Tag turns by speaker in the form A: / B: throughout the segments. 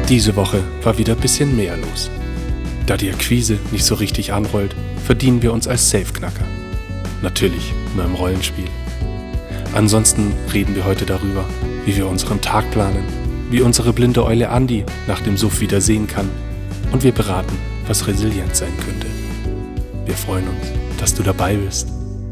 A: Diese Woche war wieder ein bisschen mehr los. Da die Akquise nicht so richtig anrollt, verdienen wir uns als Safe-Knacker. Natürlich nur im Rollenspiel. Ansonsten reden wir heute darüber, wie wir unseren Tag planen, wie unsere blinde Eule Andi nach dem Suff wieder sehen kann und wir beraten, was resilient sein könnte. Wir freuen uns, dass du dabei bist.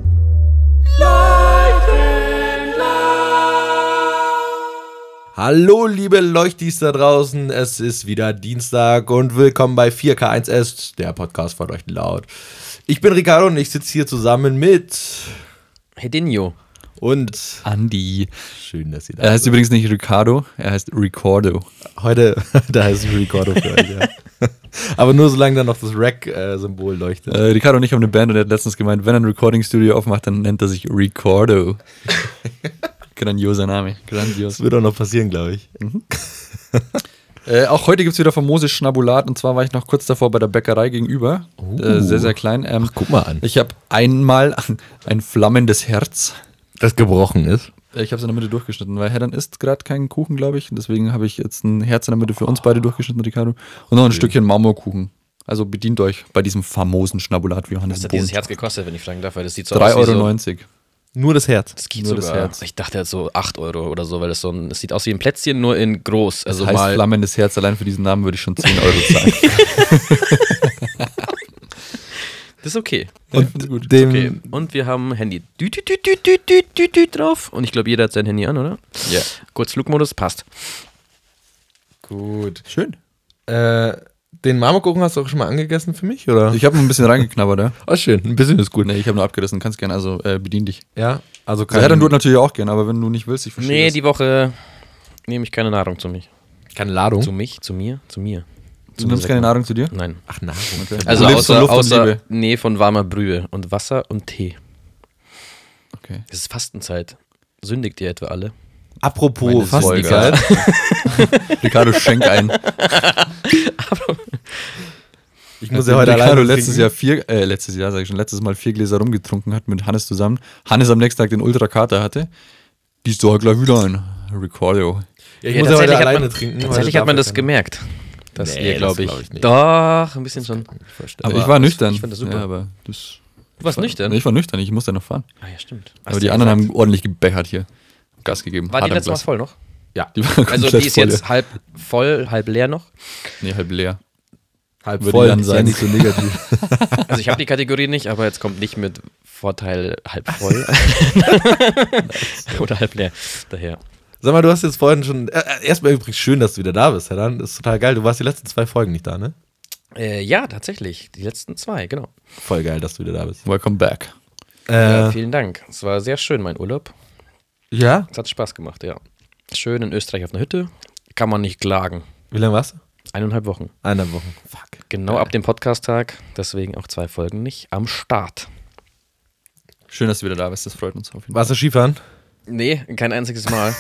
B: Hallo liebe Leuchtis da draußen, es ist wieder Dienstag und willkommen bei 4K1S, der Podcast von Leuchten laut. Ich bin Ricardo und ich sitze hier zusammen mit
C: Hedinho
B: und
D: Andi.
B: Schön, dass ihr da
D: Er heißt
B: seid.
D: übrigens nicht Ricardo, er heißt Ricordo.
B: Heute, da heißt es Ricardo für euch, ja. Aber nur solange dann noch das Rack-Symbol leuchtet.
D: Ricardo und ich haben eine Band und er hat letztens gemeint, wenn er ein Recording-Studio aufmacht, dann nennt er sich Ricordo. Grandioser Name, grandios.
B: Das wird auch noch passieren, glaube ich.
D: Auch heute gibt es wieder famoses Schnabulat und zwar war ich noch kurz davor bei der Bäckerei gegenüber. Sehr, sehr klein.
B: Guck mal an.
D: Ich habe einmal ein flammendes Herz.
B: Das gebrochen ist.
D: Ich habe es in der Mitte durchgeschnitten, weil Heddan isst gerade keinen Kuchen, glaube ich. Deswegen habe ich jetzt ein Herz in der Mitte für uns beide durchgeschnitten, Ricardo. Und noch ein Stückchen Marmorkuchen. Also bedient euch bei diesem famosen Schnabulat wie Johannes
C: Was hat
D: Bohn.
C: dieses Herz gekostet, wenn ich fragen darf? Weil das sieht so aus wie
D: 3,90
C: so,
D: €.
B: Nur das Herz.
C: das geht
D: Nur das
C: sogar.
D: Herz.
C: Ich dachte jetzt so 8 € oder so, weil das es sieht aus wie ein Plätzchen, nur in groß. Also
D: Das heißt
C: mal.
D: flammendes Herz, allein für diesen Namen würde ich schon 10 € zahlen.
C: Das ist okay.
D: Und gut.
B: Dem,
C: Okay. Und wir haben Handy drauf. Und ich glaube, jeder hat sein Handy an, oder?
D: Ja.
C: Kurz Flugmodus, passt.
B: Gut.
D: Schön.
B: Den Marmorkuchen hast du auch schon mal angegessen für mich, oder?
D: Ich habe ein bisschen reingeknabbert, ja.
B: Oh, schön. Ein bisschen ist gut.
D: Nee, ich habe nur abgerissen, kannst gerne, also bedien dich.
B: Ja, also
D: Ja, dann du natürlich auch gerne, aber wenn du nicht willst, ich verstehe
C: Nee,
D: das.
C: die Woche nehme ich keine Nahrung zu mich.
B: keine Ladung.
C: Zu mich? Zu mir? Zu mir.
D: Du nimmst keine Nahrung zu dir?
C: Nein.
B: Ach, Nahrung.
D: Okay.
C: Also
D: Du lebst von Luft und
C: außer
D: Liebe.
C: nee, von warmer Brühe und Wasser und Tee.
D: Okay.
C: Es ist Fastenzeit. Sündigt ihr etwa alle?
B: Apropos
D: Meine
B: Fastenzeit.
D: Ricardo, schenk ein.
B: Ich muss ja heute
D: Ricardo
B: alleine
D: letztes Mal 4 Gläser rumgetrunken hat mit Hannes zusammen. Hannes am nächsten Tag den Ultrakater hatte. Gießt du heute gleich wieder ein. Ricardo.
B: Ja, ich muss ja heute
C: tatsächlich hat
B: alleine
C: man-
B: trinken.
C: Tatsächlich
B: heute
C: hat man
B: darf
C: das
B: ich
C: gemerkt. Dass
B: Nee,
C: ihr,
B: das
C: glaube ich.
B: glaub ich nicht.
C: Doch, ein bisschen schon.
B: nicht vorstellen.
D: Aber ich war nüchtern.
C: ich fand das super.
D: Ja, aber das,
C: Du warst nüchtern?
D: Nee, ich war nüchtern, ich musste noch fahren.
C: Ah ja, stimmt.
D: Aber die anderen haben ordentlich gebechert hier. Gas gegeben.
C: War die
D: Hart am
C: letztes Mal
D: Glas.
C: voll noch?
D: Die war
C: Also
D: komplett
C: die ist
D: voll,
C: jetzt
D: ja.
C: halb voll, halb leer noch.
D: Nee, halb leer.
B: halb
D: würde
B: voll,
D: dann
B: ist ja
D: sein.
B: nicht so negativ.
C: Also ich habe die Kategorie nicht, aber jetzt kommt nicht mit Vorteil halb voll. Oder halb leer. Daher.
B: Sag mal, du hast jetzt vorhin schon, erstmal übrigens schön, dass du wieder da bist, Herr. Das ist total geil. Du warst die letzten 2 Folgen nicht da, ne?
C: Ja, tatsächlich. Die letzten 2, genau.
B: Voll geil, dass du wieder da bist.
D: Welcome back.
C: Ja, vielen Dank. Es war sehr schön, mein Urlaub.
B: Ja?
C: Es hat Spaß gemacht, ja. Schön in Österreich auf einer Hütte. Kann man nicht klagen.
B: Wie lange warst du?
C: 1,5 Wochen.
B: 1,5 Wochen. Fuck.
C: Genau ab dem Podcast-Tag. Deswegen auch 2 Folgen nicht am Start.
D: Schön, dass du wieder da bist, das freut uns auf jeden Fall.
B: Warst du Skifahren?
C: Nee, kein einziges Mal.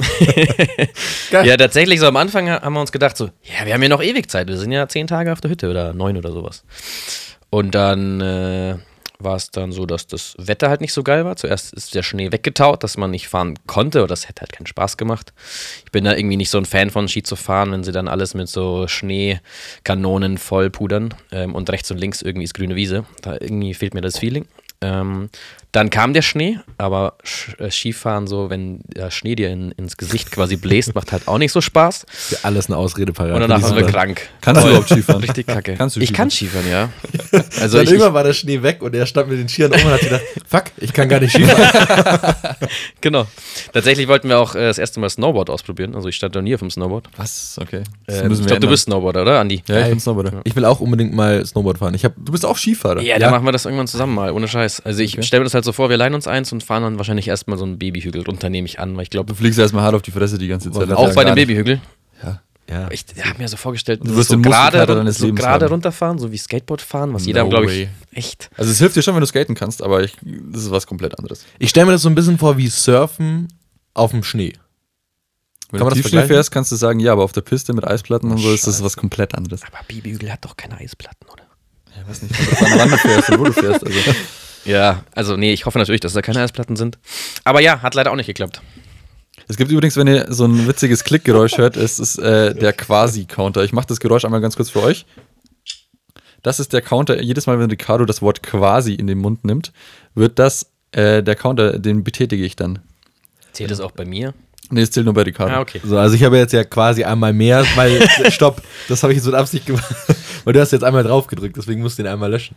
B: Geil.
C: Ja, tatsächlich, so am Anfang haben wir uns gedacht, so, ja, wir haben ja noch ewig Zeit. Wir sind ja 10 Tage auf der Hütte oder 9 oder sowas. Und dann war es dann so, dass das Wetter halt nicht so geil war. Zuerst ist der Schnee weggetaut, dass man nicht fahren konnte. Oder das hätte halt keinen Spaß gemacht. Ich bin da irgendwie nicht so ein Fan von Ski zu fahren, wenn sie dann alles mit so Schneekanonen voll pudern und rechts und links irgendwie ist grüne Wiese. Da irgendwie fehlt mir das Feeling. Dann kam der Schnee, aber Skifahren so, wenn der Schnee dir ins Gesicht quasi bläst, macht halt auch nicht so Spaß.
B: Für alles eine Ausrede parat.
C: Und danach
B: Für
C: waren wir
B: diesen-
C: krank.
D: Kannst du
C: Voll.
D: überhaupt Skifahren?
C: Richtig kacke.
D: Kannst du
C: Ich kann Skifahren, ja. Also
B: Dann
C: ich,
B: irgendwann war der Schnee weg und er stand mit den Skiern um und hat gedacht, fuck, ich kann gar nicht Skifahren.
C: genau. Tatsächlich wollten wir auch das erste Mal Snowboard ausprobieren. Also ich stand noch nie auf dem Snowboard.
D: Was? Okay.
C: Ich glaube, du bist Snowboarder, oder, Andi?
D: Ja, ich bin Snowboarder.
B: Ich will auch unbedingt mal Snowboard fahren.
D: Du bist auch Skifahrer?
C: Ja, dann machen wir das irgendwann zusammen mal, ohne Scheiß. Also ich
D: Okay.
C: stelle mir das halt so vor, wir leihen uns eins und fahren dann wahrscheinlich erstmal so einen Babyhügel runter, nehme ich an, weil ich
D: Du
C: glaube,
D: fliegst erstmal hart auf die Fresse die ganze Zeit.
C: auch bei
D: dem
C: dem Babyhügel.
B: Ja.
C: Ich habe mir so vorgestellt,
D: Du wirst
C: so
D: den Muskelkater deines Lebens
C: gerade
D: haben.
C: runterfahren, so wie Skateboard fahren, was jeder,
D: No
C: glaube ich,
D: way.
C: echt.
D: Also es hilft dir schon, wenn du skaten kannst, aber das ist was komplett anderes.
B: Ich stelle mir das so ein bisschen vor wie Surfen auf dem Schnee.
D: Wenn
B: Kann man
D: du
B: das
D: Tiefschnee
B: vergleichen?
D: fährst, kannst du sagen, ja, aber auf der Piste mit Eisplatten und so ist das was komplett anderes.
C: Aber Babyhügel hat doch keine Eisplatten, oder?
D: Ja, weiß nicht, ob du an der Wand fährst und wo du fährst. Also.
C: Ja, also nee, ich hoffe natürlich, dass da keine Eisplatten sind. Aber ja, hat leider auch nicht geklappt.
D: Es gibt übrigens, wenn ihr so ein witziges Klickgeräusch hört, es ist der Quasi-Counter. Ich mache das Geräusch einmal ganz kurz für euch. Das ist der Counter. Jedes Mal, wenn Ricardo das Wort quasi in den Mund nimmt, wird das der Counter, den betätige ich dann.
C: Zählt das auch bei mir?
D: Nee, es zählt nur bei Ricardo.
C: Ah, okay.
B: So, also ich habe jetzt ja quasi einmal mehr, weil, stopp, das habe ich jetzt mit Absicht gemacht, weil du hast jetzt einmal drauf gedrückt, deswegen musst du den einmal löschen.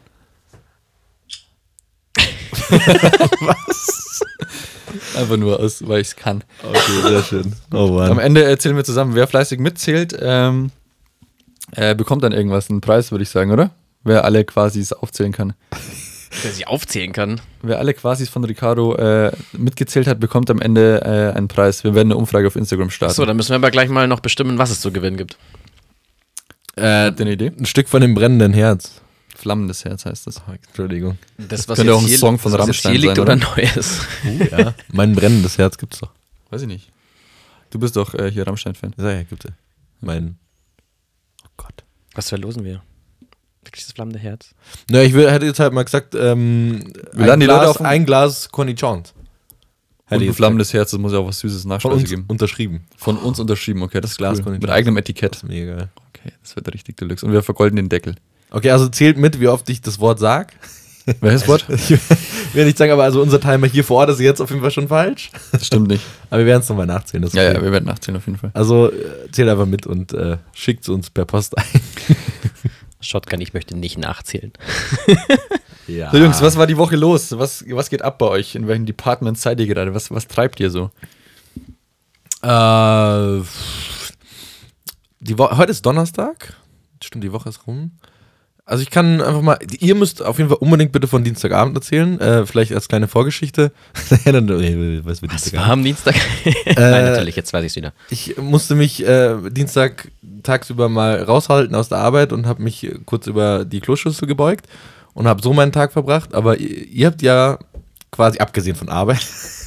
D: Was? Einfach nur aus, weil ich es kann.
B: Okay, sehr schön. Oh Mann.
D: Am Ende erzählen wir zusammen, wer fleißig mitzählt, bekommt dann irgendwas, einen Preis, würde ich sagen, oder? Wer alle Quasis aufzählen kann.
C: Wer sie aufzählen kann.
D: Wer alle Quasis von Ricardo mitgezählt hat, bekommt am Ende einen Preis. Wir werden eine Umfrage auf Instagram starten.
C: Achso, dann müssen wir aber gleich mal noch bestimmen, was es zu gewinnen gibt.
D: Habt ihr eine Idee?
B: Ein Stück von dem brennenden Herz.
D: Flammendes Herz heißt das.
B: Oh, Entschuldigung.
C: Das, was
D: Könnte
C: jetzt
D: auch ein
C: hier,
D: Song von
C: was jetzt
D: Rammstein
C: hier liegt
D: sein,
C: oder
D: oder?
C: Neues.
B: Ja, mein brennendes Herz gibt's doch.
D: Weiß ich nicht. Du bist doch hier Rammstein-Fan.
B: Ja, gibt's ja. Oh Gott.
C: Was verlosen wir? Wirklich das flammende Herz?
B: Na, hätte jetzt halt mal gesagt,
D: laden die Leute auf
B: ein Glas Cornichons.
D: Und ein flammendes Herz, das muss ja auch was Süßes
B: Von
D: Nachspeise
B: uns
D: geben.
B: unterschrieben.
D: Von uns unterschrieben, okay, das ist
B: Glas
D: cool.
B: Cornichons.
D: Mit eigenem Etikett.
B: Das ist mega geil.
D: Okay, das wird richtig Deluxe. Und wir vergolden den Deckel.
B: Okay, also zählt mit, wie oft ich das Wort sag.
D: Welches Wort?
B: Ich will nicht sagen, aber also unser Timer hier vor Ort ist jetzt auf jeden Fall schon falsch.
D: Das stimmt nicht.
B: Aber wir werden es nochmal nachzählen. Das ist
D: Ja,
B: okay.
D: ja, wir werden nachzählen auf jeden Fall.
B: Also zählt einfach mit und schickt es uns per Post ein.
C: Shotgun, ich möchte nicht nachzählen.
B: Ja.
D: So, Jungs, was war die Woche los? Was geht ab bei euch? In welchen Departments seid ihr gerade? Was treibt ihr so?
B: Heute ist Donnerstag. Stimmt, die Woche ist rum. Also ich kann einfach mal, ihr müsst auf jeden Fall unbedingt bitte von Dienstagabend erzählen, vielleicht als kleine Vorgeschichte. Was
C: Was war am Dienstag? Nein, natürlich, jetzt weiß ich es wieder.
B: Ich musste mich Dienstag tagsüber mal raushalten aus der Arbeit und habe mich kurz über die Kloschüssel gebeugt und habe so meinen Tag verbracht, aber ihr habt ja quasi abgesehen von Arbeit,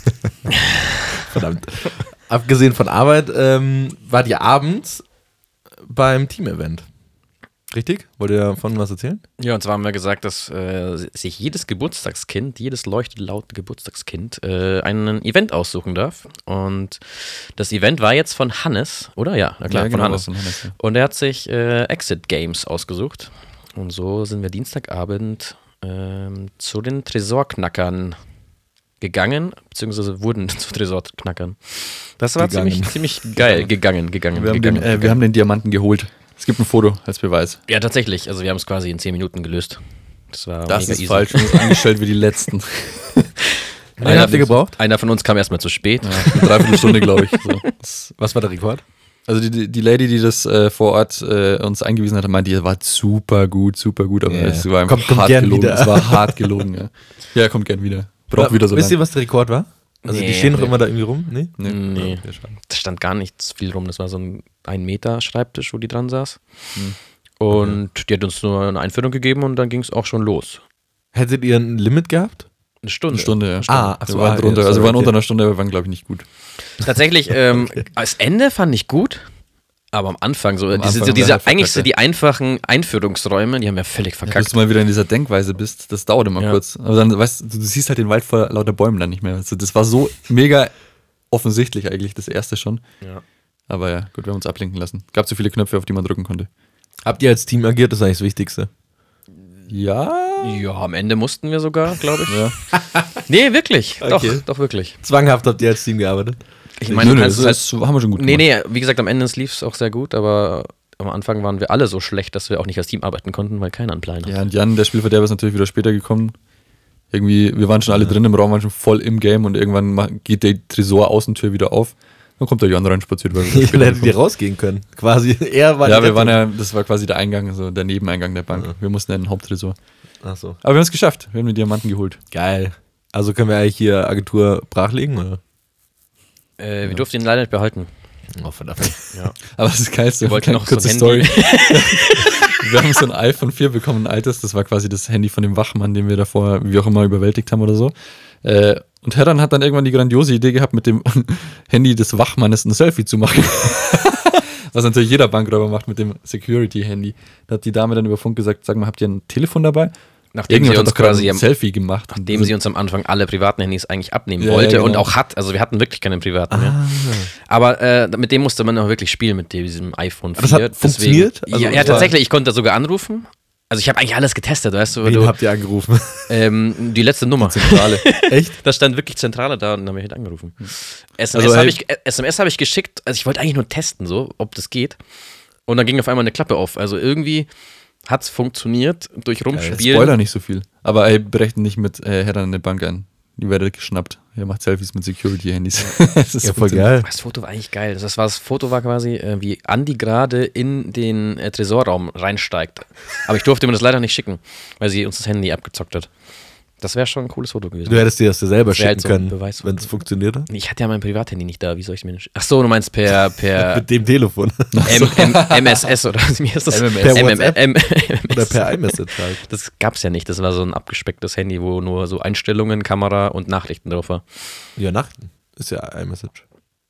B: verdammt, abgesehen von Arbeit, wart ihr abends beim Team-Event. Richtig? Wollt ihr davon was erzählen?
C: Ja, und zwar haben wir gesagt, dass sich jedes Geburtstagskind, jedes leuchtend laute Geburtstagskind ein Event aussuchen darf. Und das Event war jetzt von Hannes, oder? Ja, na klar,
D: Ja,
C: von
D: genau,
C: Hannes.
D: von Hannes, ja.
C: Und er hat sich Exit Games ausgesucht. Und so sind wir Dienstagabend zu den Tresorknackern gegangen, beziehungsweise wurden zu Tresorknackern. Das war ziemlich geil. Gegangen.
D: Wir haben den Diamanten geholt. Es gibt ein Foto als Beweis.
C: Ja, tatsächlich. Also wir haben es quasi in 10 Minuten gelöst. Das war
D: Das
C: mega
D: ist
C: easy.
D: falsch. Wir sind angestellt wie die Letzten.
B: Einen habt ihr gebraucht?
C: Einer von uns kam erstmal zu spät.
D: Ja, eine Dreiviertelstunde, glaube ich. So.
B: Was war der Rekord?
D: Also die Lady, die das vor Ort uns eingewiesen hat, meinte, die war super gut, aber
B: Ja.
D: es war einfach
B: Kommt
D: hart
B: gern
D: gelogen.
B: wieder.
D: Es war hart gelogen, ja. Ja, kommt gern wieder. Braucht wieder so
B: Wisst ihr,
D: lange.
B: was der Rekord war? Also die
C: Nee.
B: stehen noch immer da irgendwie rum? Nee?
C: Nee.
B: Okay, schade.
C: Da stand gar nichts viel rum. Das war so ein 1 Meter Schreibtisch, wo die dran saß.
D: Hm.
C: Und die hat uns nur eine Einführung gegeben und dann ging es auch schon los.
B: Hättet ihr ein Limit gehabt?
C: Eine Stunde.
D: Eine Stunde, ja.
B: Ah, ach
D: wir
B: so,
D: waren drunter.
B: ja,
D: Also wir waren
B: okay.
D: unter einer Stunde, aber wir waren, glaube ich, nicht gut.
C: Tatsächlich, das Ende fand ich gut. Aber am Anfang, so
D: Am
C: diese,
D: Anfang
C: so diese
D: war er
C: eigentlich so
D: verkackt,
C: die einfachen Einführungsräume, die haben wir völlig
D: Ja,
C: verkackt.
D: bis du mal wieder in dieser Denkweise bist, das dauert immer
C: Ja.
D: kurz. Aber dann, weißt du, siehst halt den Wald vor lauter Bäumen dann nicht mehr. Also das war so mega offensichtlich eigentlich, das erste schon.
C: Ja.
D: Aber ja, gut, wir haben uns ablenken lassen. Gab so viele Knöpfe, auf die man drücken konnte.
B: Habt ihr als Team agiert? Das ist eigentlich das Wichtigste.
D: Ja.
C: Ja, am Ende mussten wir sogar, glaube ich.
D: Ja.
C: Nee, wirklich.
B: Okay.
C: Doch, wirklich.
B: Zwanghaft habt ihr als Team gearbeitet?
C: Ich meine, du kannst es halt
D: das haben wir schon gut
C: Nee,
D: gemacht.
C: wie gesagt, am Ende lief es auch sehr gut, aber am Anfang waren wir alle so schlecht, dass wir auch nicht als Team arbeiten konnten, weil keiner einen Plan hatte.
D: Ja, und Jan, der Spielverderber, ist natürlich wieder später gekommen. Irgendwie, wir waren schon alle drin im Raum, waren schon voll im Game und irgendwann geht die Tresor-Außentür wieder auf. Dann kommt der Jan reinspaziert. Weil wir
B: Dann
D: später
B: hättet ihr rausgehen können. Quasi. Er war
D: ja,
B: die
D: wir waren
B: Rettung.
D: ja, das war quasi der Eingang, also der Nebeneingang der Bank.
B: Ja.
D: Wir mussten ja in den Haupttresor.
B: Ach so.
D: Aber wir haben es geschafft. Wir haben den Diamanten geholt.
B: Geil. Also können wir eigentlich hier Agentur brachlegen, oder?
C: Wir durften ihn leider nicht behalten.
B: Oh, verdammt.
C: Ja.
D: Aber das ist das Geilste.
C: Wir wollten noch so ein
D: kurze
C: Handy.
D: Story. Wir haben so ein iPhone 4 bekommen, ein altes. Das war quasi das Handy von dem Wachmann, den wir davor, wie auch immer, überwältigt haben oder so. Und Herran hat dann irgendwann die grandiose Idee gehabt, mit dem Handy des Wachmannes ein Selfie zu machen. Was natürlich jeder Bankräuber macht mit dem Security-Handy. Da hat die Dame dann über Funk gesagt, sag mal, habt ihr ein Telefon dabei?
C: Nachdem
D: Irgendjemand
C: sie
D: hat
C: uns
D: doch gerade
C: quasi
D: ein Selfie gemacht.
C: Nachdem sie uns am Anfang alle privaten Handys eigentlich abnehmen
D: Ja,
C: wollte
D: ja,
C: und
D: genau.
C: auch hat. Also wir hatten wirklich keine privaten mehr. Aber mit dem musste man auch wirklich spielen, mit diesem iPhone 4.
B: das hat funktioniert? Also
C: ja,
B: das war-
C: tatsächlich. Ich konnte sogar anrufen. Also ich habe eigentlich alles getestet, weißt du. Weil
B: Wen
C: du
B: habt ihr angerufen?
C: die letzte Nummer.
D: Zentrale.
B: Echt?
C: Da stand wirklich Zentrale da und dann habe ich halt angerufen. SMS
D: Also,
C: habe
D: hey-
C: hab ich geschickt. Also ich wollte eigentlich nur testen, so, ob das geht. Und dann ging auf einmal eine Klappe auf. Also irgendwie hat es funktioniert durch Rumspielen.
D: Spoiler nicht so viel. Aber ey, berechnet nicht mit Headern in der Bank ein. Die werdet geschnappt. Er macht Selfies mit Security-Handys. Das ist
B: Ja, voll
D: funktioniert.
B: geil.
C: Das Foto war eigentlich geil. Das Foto war quasi, wie Andi gerade in den Tresorraum reinsteigt. Aber ich durfte mir das leider nicht schicken, weil sie uns das Handy abgezockt hat. Das wäre schon ein cooles Foto gewesen.
B: Du hättest dir das ja selber
C: Das wär
B: schicken
C: halt so ein
B: können,
C: Beweis.
B: wenn es funktioniert hat.
C: Ich hatte ja mein Privathandy nicht da. Wie soll ich mir Ach so, du meinst per
B: Mit dem Telefon.
C: MSS oder wie heißt das?
D: MMS.
B: Per WhatsApp?
C: MMS.
B: Oder per iMessage halt.
C: Das gab's ja nicht. Das war so ein abgespecktes Handy, wo nur so Einstellungen, Kamera und Nachrichten drauf war.
B: Ja, Nachten ist ja iMessage.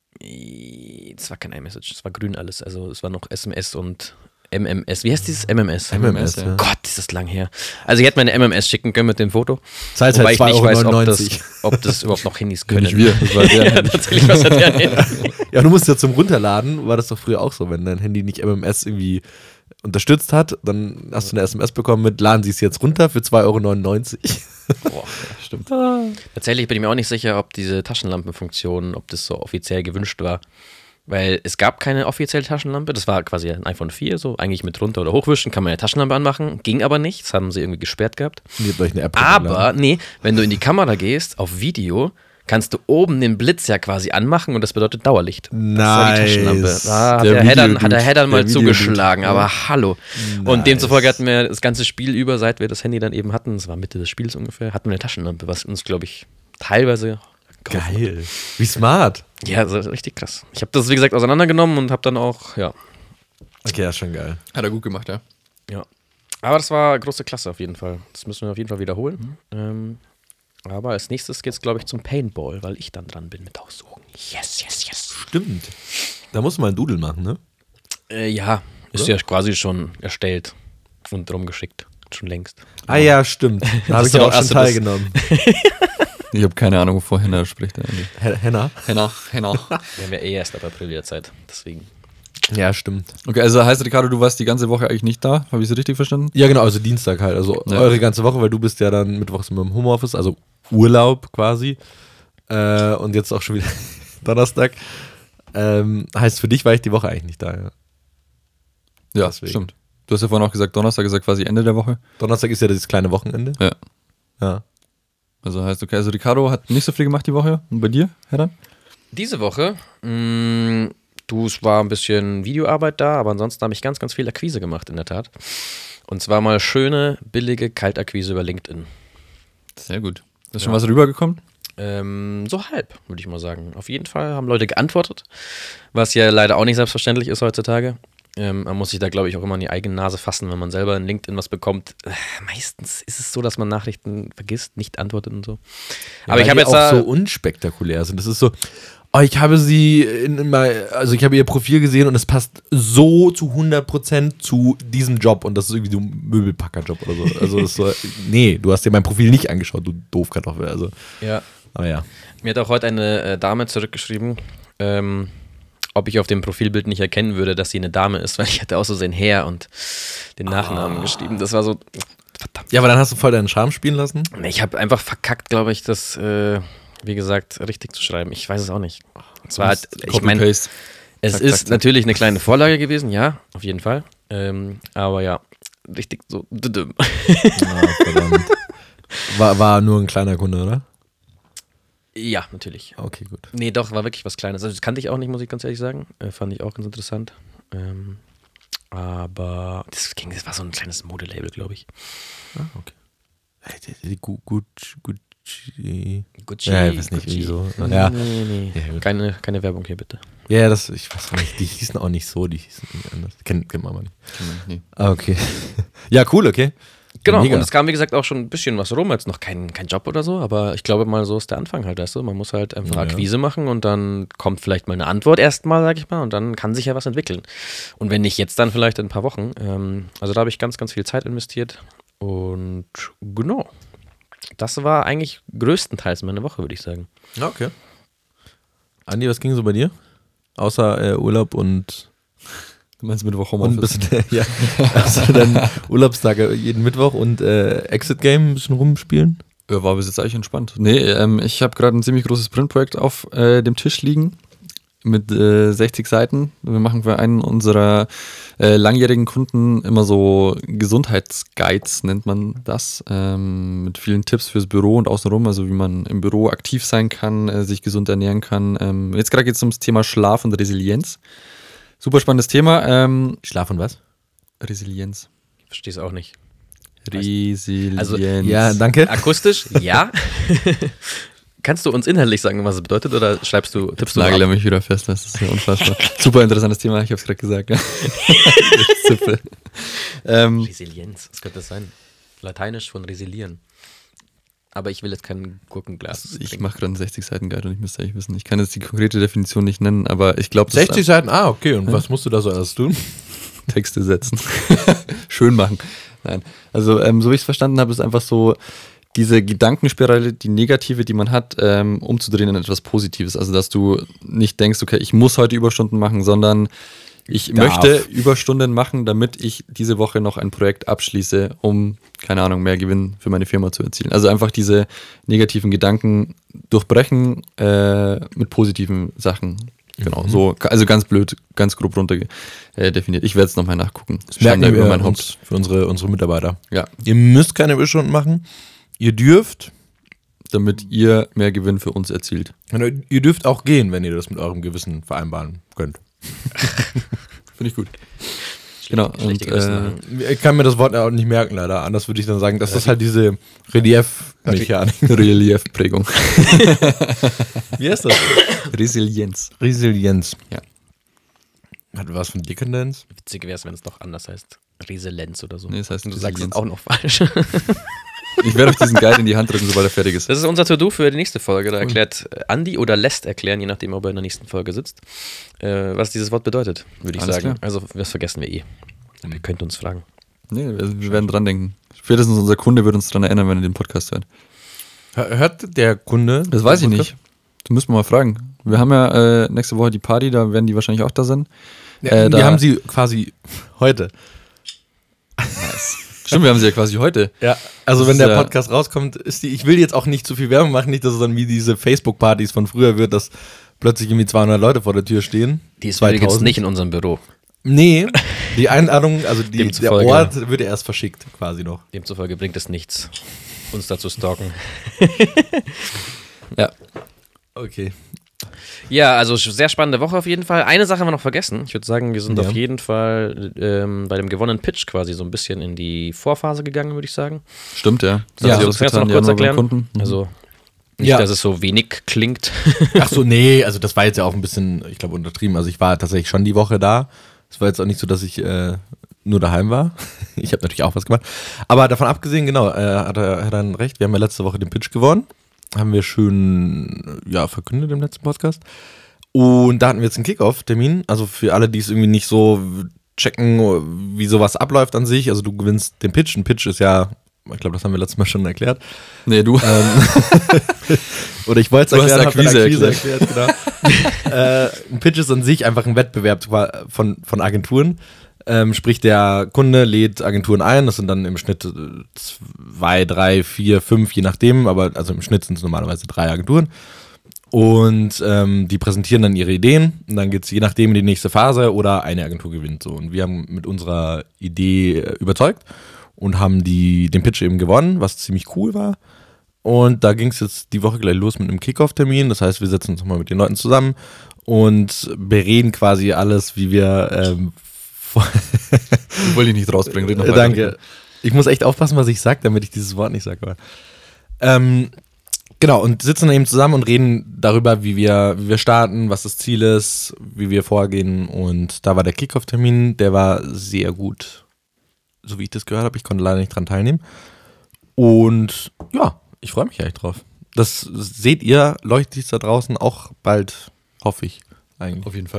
C: Es war kein iMessage, es war grün alles. Also es war noch SMS und MMS. Wie heißt dieses MMS?
B: MMS,
D: ja.
B: ja.
C: Gott, ist das lang her. Also ich hätte meine MMS schicken können mit dem Foto.
B: Zahlt
C: Wobei
B: halt
C: ich nicht weiß,
B: 2,99
C: ob das überhaupt noch Handys
D: Ja,
C: können.
D: nicht wir. Das war der.
C: Ja, tatsächlich, was hat der denn?
B: Ja, du musst ja zum Runterladen, war das doch früher auch so, wenn dein Handy nicht MMS irgendwie unterstützt hat, dann hast du eine SMS bekommen mit, laden Sie es jetzt runter für 2,99 €.
C: Boah.
D: Stimmt.
C: Tatsächlich bin ich mir auch nicht sicher, ob diese Taschenlampenfunktion, ob das so offiziell gewünscht war. Weil es gab keine offizielle Taschenlampe. Das war quasi ein iPhone 4, so eigentlich mit runter- oder hochwischen kann man ja Taschenlampe anmachen. Ging aber nicht, das haben sie irgendwie gesperrt gehabt.
B: Ihr habt euch eine App
C: Aber,
B: runtergeladen.
C: nee, wenn du in die Kamera gehst, auf Video, kannst du oben den Blitz ja quasi anmachen und das bedeutet Dauerlicht. Das war die Taschenlampe.
B: Nice.
C: Da hat
D: Der
C: der Headern,
D: Videodude.
C: hat der Headern mal
D: Der Videodude.
C: zugeschlagen, aber hallo. Und
B: Nice.
C: demzufolge hatten wir das ganze Spiel über, seit wir das Handy dann eben hatten, das war Mitte des Spiels ungefähr, hatten wir eine Taschenlampe, was uns, glaube ich, teilweise geholfen hat.
B: Geil. Wie smart.
C: Ja, das ist richtig krass. Ich habe das, wie gesagt, auseinandergenommen und habe dann auch, ja.
B: Okay, das ist schon geil.
D: Hat er gut gemacht, ja.
C: Ja. Aber das war große Klasse auf jeden Fall. Das müssen wir auf jeden Fall wiederholen. Aber als nächstes geht es, glaube ich, zum Paintball, weil ich dann dran bin mit Aussuchen. Yes, yes, yes.
B: Stimmt. Da muss man einen Doodle machen, ne?
C: Ja, ist
B: Oder?
C: ja quasi schon erstellt und rumgeschickt. Schon längst.
B: Ah ja, stimmt. Da habe ich
C: du
B: ja
C: doch-
B: auch schon
C: hast du das-
B: teilgenommen.
D: Ich habe keine Ahnung, wovor Henna spricht.
B: Henna?
D: Henna.
C: Wir haben ja eh erst ab April wieder Zeit. Deswegen.
B: Ja, stimmt.
D: Okay, also heißt Ricardo, du warst die ganze Woche eigentlich nicht da? Habe ich es richtig verstanden?
B: Ja, genau, also Dienstag halt. Also
D: Ja.
B: eure ganze Woche, weil du bist ja dann mittwochs im Homeoffice, also Urlaub quasi. Und jetzt auch schon wieder Donnerstag. Heißt, für dich war ich die Woche eigentlich nicht da, ja.
D: Ja,
B: Deswegen.
D: stimmt. Du hast ja vorhin auch gesagt, Donnerstag ist ja quasi Ende der Woche.
B: Donnerstag ist ja das kleine Wochenende.
D: Ja.
B: Ja.
D: Also heißt, okay, also Ricardo hat nicht so viel gemacht die Woche. Und bei dir, Herr?
C: Diese Woche, es war ein bisschen Videoarbeit da, aber ansonsten habe ich ganz, ganz viel Akquise gemacht, in der Tat. Und zwar mal schöne, billige Kaltakquise über LinkedIn.
D: Sehr gut. Ist schon was rübergekommen?
C: So halb, würde ich mal sagen. Auf jeden Fall haben Leute geantwortet, was ja leider auch nicht selbstverständlich ist heutzutage. Man muss sich da, glaube ich, auch immer in die eigene Nase fassen, wenn man selber in LinkedIn was bekommt. Meistens ist es so, dass man Nachrichten vergisst, nicht antwortet und so. Aber
B: Weil
C: ich habe
B: die
C: jetzt
B: auch
C: da,
B: so unspektakulär sind. Das ist so, oh, ich habe sie also ich habe ihr Profil gesehen und es passt so zu 100% zu diesem Job und das ist irgendwie so ein Möbelpackerjob oder so. Also das ist so, nee, du hast dir mein Profil nicht angeschaut, du Doofkartoffel. Also,
C: ja,
B: aber ja.
C: mir hat auch heute eine Dame zurückgeschrieben, ob ich auf dem Profilbild nicht erkennen würde, dass sie eine Dame ist, weil ich hatte auch so sein Her und den Nachnamen geschrieben. Das war so, verdammt.
B: Ja, aber dann hast du voll deinen Charme spielen lassen.
C: Ich habe einfach verkackt, glaube ich, das, wie gesagt, richtig zu schreiben. Ich weiß es auch nicht. Es war halt, ich meine,
D: Copy-Paste.
C: es
D: Zack,
C: ist
D: zack, zack.
C: natürlich eine kleine Vorlage gewesen, ja, auf jeden Fall. Aber ja, richtig so.
B: Ah, verdammt. War nur ein kleiner Kunde, oder?
C: Ja, natürlich.
B: Okay, gut.
C: Nee, doch, war wirklich was Kleines. Also das kannte ich auch nicht, muss ich ganz ehrlich sagen. Fand ich auch ganz interessant. Aber das war so ein kleines Modelabel, glaube ich.
B: Ah, okay. Gucci.
C: Gucci.
B: Ja, ich weiß nicht,
C: Gucci.
B: wieso. Ja.
C: Nee.
B: Ja, gut.
C: Keine Werbung hier, bitte.
B: Ja, das, ich weiß nicht, die hießen auch nicht so, die hießen irgendwie anders. Kennt man aber nicht.
D: Nee.
B: Ah, okay. Ja, cool, okay.
C: Genau,
B: Mega.
C: und es kam, wie gesagt, auch schon ein bisschen was rum. Jetzt noch kein Job oder so, aber ich glaube mal, so ist der Anfang halt, weißt du? Man muss halt einfach
B: Ja.
C: Akquise machen und dann kommt vielleicht mal eine Antwort erstmal, sag ich mal, und dann kann sich ja was entwickeln. Und wenn nicht jetzt, dann vielleicht in ein paar Wochen. Also da habe ich ganz, ganz viel Zeit investiert. Und genau. Das war eigentlich größtenteils meine Woche, würde ich sagen.
B: Okay. Andi, was ging so bei dir? Außer Urlaub und
D: Du meinst Mittwoch
B: ein
D: Homeoffice?
B: bisschen, ja. Also dann Urlaubstage jeden Mittwoch und Exit Game ein bisschen rumspielen?
D: Ja, war bis jetzt eigentlich entspannt. Nee, ich habe gerade ein ziemlich großes Printprojekt auf dem Tisch liegen mit 60 Seiten. Wir machen für einen unserer langjährigen Kunden immer so Gesundheitsguides, nennt man das, mit vielen Tipps fürs Büro und außenrum, also wie man im Büro aktiv sein kann, sich gesund ernähren kann. Jetzt gerade geht es ums Thema Schlaf und Resilienz. Super spannendes Thema.
B: Schlaf und was?
D: Resilienz.
C: Ich verstehe es auch nicht.
D: Resilienz.
C: Also,
B: Ja, danke.
C: Akustisch, ja. Kannst du uns inhaltlich sagen, was es bedeutet, oder tippst du
D: Nagel
C: ab?
D: mich wieder fest, das ist ja unfassbar. Super interessantes Thema, ich habe es gerade gesagt. Ja. Super.
C: Resilienz, was könnte das sein? Lateinisch von resilieren. Aber ich will jetzt kein Gurkenglas
D: Ich
C: trinken.
D: mache gerade einen 60-Seiten-Guide und ich müsste eigentlich wissen. Ich kann jetzt die konkrete Definition nicht nennen, aber ich glaube,
B: 60 Seiten? Ah, okay. Und was musst du da so alles tun?
D: Texte setzen. Schön machen. Nein. Also, so wie ich es verstanden habe, ist einfach so diese Gedankenspirale, die negative, die man hat, umzudrehen in etwas Positives. Also, dass du nicht denkst, okay, ich muss heute Überstunden machen, sondern ich möchte Überstunden machen, damit ich diese Woche noch ein Projekt abschließe, um, keine Ahnung, mehr Gewinn für meine Firma zu erzielen. Also einfach diese negativen Gedanken durchbrechen mit positiven Sachen. Genau, so, also ganz blöd, ganz grob runter definiert. Ich werde es nochmal nachgucken.
B: Das merken
D: Stand da
B: wir
D: über mein
B: uns für unsere Mitarbeiter.
D: Ja,
B: Ihr müsst keine Überstunden machen. Ihr dürft.
D: damit ihr mehr Gewinn für uns erzielt.
B: Ihr dürft auch gehen, wenn ihr das mit eurem Gewissen vereinbaren könnt.
D: Finde ich gut. Genau, und
C: Schlechte Gewissen machen.
B: Ich kann mir das Wort auch nicht merken, leider. Anders würde ich dann sagen, das ist halt diese Relief-Mechanik.
D: Reliefprägung.
B: Wie heißt das?
D: Resilienz.
B: Resilienz.
D: Ja.
B: Hat was von Dekadenz?
C: Witzig wäre es, wenn es noch anders heißt. Resilienz oder so.
D: Nee, das heißt
C: Und du sagst es
D: Resilienz.
C: auch noch falsch.
D: Ich werde euch diesen Guide in die Hand drücken, sobald er fertig ist.
C: Das ist unser To-Do für die nächste Folge. Da erklärt Andi oder lässt erklären, je nachdem, ob er in der nächsten Folge sitzt, was dieses Wort bedeutet, würde ich
D: Alles
C: sagen.
D: klar.
C: Also, das vergessen wir eh. Ihr könnt uns fragen.
D: Nee, wir werden dran denken. Spätestens unser Kunde wird uns dran erinnern, wenn er den Podcast hört.
B: Hört der Kunde?
D: Das weiß ich nicht. Das müssen wir mal fragen. Wir haben ja nächste Woche die Party, da werden die wahrscheinlich auch da sein.
B: Ja, wir
D: da-
B: haben sie quasi heute.
D: Stimmt, wir haben sie ja quasi heute.
B: Ja, also
D: Das
B: wenn
D: ist
B: der
D: ja-
B: Podcast rauskommt, ist die, ich will jetzt auch nicht zu viel Werbung machen, nicht, dass es dann wie diese Facebook-Partys von früher wird, dass plötzlich irgendwie 200 Leute vor der Tür stehen.
C: Die ist übrigens nicht in unserem Büro.
B: Nee, die Einladung, also der
C: Demzufolge-
B: Ort wird erst verschickt, quasi noch.
C: Demzufolge bringt es nichts, uns da zu stalken.
D: Ja.
B: Okay.
C: Ja, also sehr spannende Woche auf jeden Fall. Eine Sache haben wir noch vergessen. Ich würde sagen, wir sind
B: Ja.
C: auf jeden Fall bei dem gewonnenen Pitch quasi so ein bisschen in die Vorphase gegangen, würde ich sagen.
D: Stimmt, ja.
B: Ja,
D: hat sich
C: das kannst du
D: ausgetan,
C: noch kurz
D: Januar beim
C: erklären.
D: Kunden.
C: Also nicht,
B: Ja.
C: dass es so wenig klingt.
B: Ach so, nee, also das war jetzt ja auch ein bisschen, ich glaube, untertrieben. Also ich war tatsächlich schon die Woche da. Es war jetzt auch nicht so, dass ich nur daheim war. Ich habe natürlich auch was gemacht. Aber davon abgesehen, genau, hat er dann recht. Wir haben ja letzte Woche den Pitch gewonnen. Haben wir schön verkündet im letzten Podcast. Und da hatten wir jetzt einen Kickoff-Termin. Also für alle, die es irgendwie nicht so checken, wie sowas abläuft an sich. Also du gewinnst den Pitch. Ein Pitch ist ja, ich glaube, das haben wir letztes Mal schon erklärt.
D: Nee, du.
B: Oder ich wollte es
D: Du hast
B: erklären, hab dann
D: Akquise
B: erklärt, genau. Ein Pitch ist an sich einfach ein Wettbewerb von Agenturen. Sprich, der Kunde lädt Agenturen ein, das sind dann im Schnitt 2, 3, 4, 5, je nachdem, aber also im Schnitt sind es normalerweise 3 Agenturen. Und die präsentieren dann ihre Ideen und dann geht es je nachdem in die nächste Phase oder eine Agentur gewinnt. So. Und wir haben mit unserer Idee überzeugt und haben den Pitch eben gewonnen, was ziemlich cool war. Und da ging es jetzt die Woche gleich los mit einem Kickoff-Termin. Das heißt, wir setzen uns nochmal mit den Leuten zusammen und bereden quasi alles, wie wir
D: Wollte ich nicht rausbringen. Red noch weiter.
B: Danke. Ich muss echt aufpassen, was ich sage, damit ich dieses Wort nicht sage. Genau, und sitzen dann eben zusammen und reden darüber, wie wir starten, was das Ziel ist, wie wir vorgehen. Und da war der Kickoff-Termin, der war sehr gut, so wie ich das gehört habe. Ich konnte leider nicht dran teilnehmen. Und ja, ich freue mich echt drauf. Das seht ihr, leuchtet da draußen auch bald, hoffe ich eigentlich.
D: Auf jeden Fall.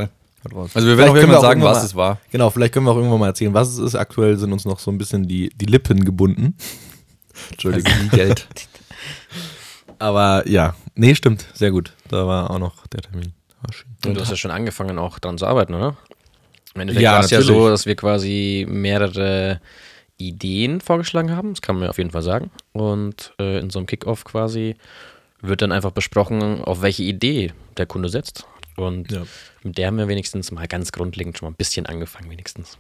B: raus.
D: Also wir werden auch
B: Vielleicht können
D: irgendwann
B: wir auch
D: sagen,
B: irgendwann
D: was
B: mal-
D: es war.
B: Genau, vielleicht können wir auch irgendwann mal erzählen, was es ist. Aktuell sind uns noch so ein bisschen die Lippen gebunden. Entschuldigung.
D: Also nie Geld.
B: Aber ja, nee, stimmt, sehr gut. Da war auch noch der Termin. War schön.
C: Und du hast ja schon angefangen, auch dran zu arbeiten, oder? Im Endeffekt
B: Ja,
C: war es ja
B: natürlich.
C: so, dass wir quasi mehrere Ideen vorgeschlagen haben, das kann man auf jeden Fall sagen. Und in so einem Kickoff quasi wird dann einfach besprochen, auf welche Idee der Kunde setzt. Und
B: Ja.
C: mit der haben wir wenigstens mal ganz grundlegend schon mal ein bisschen angefangen, wenigstens.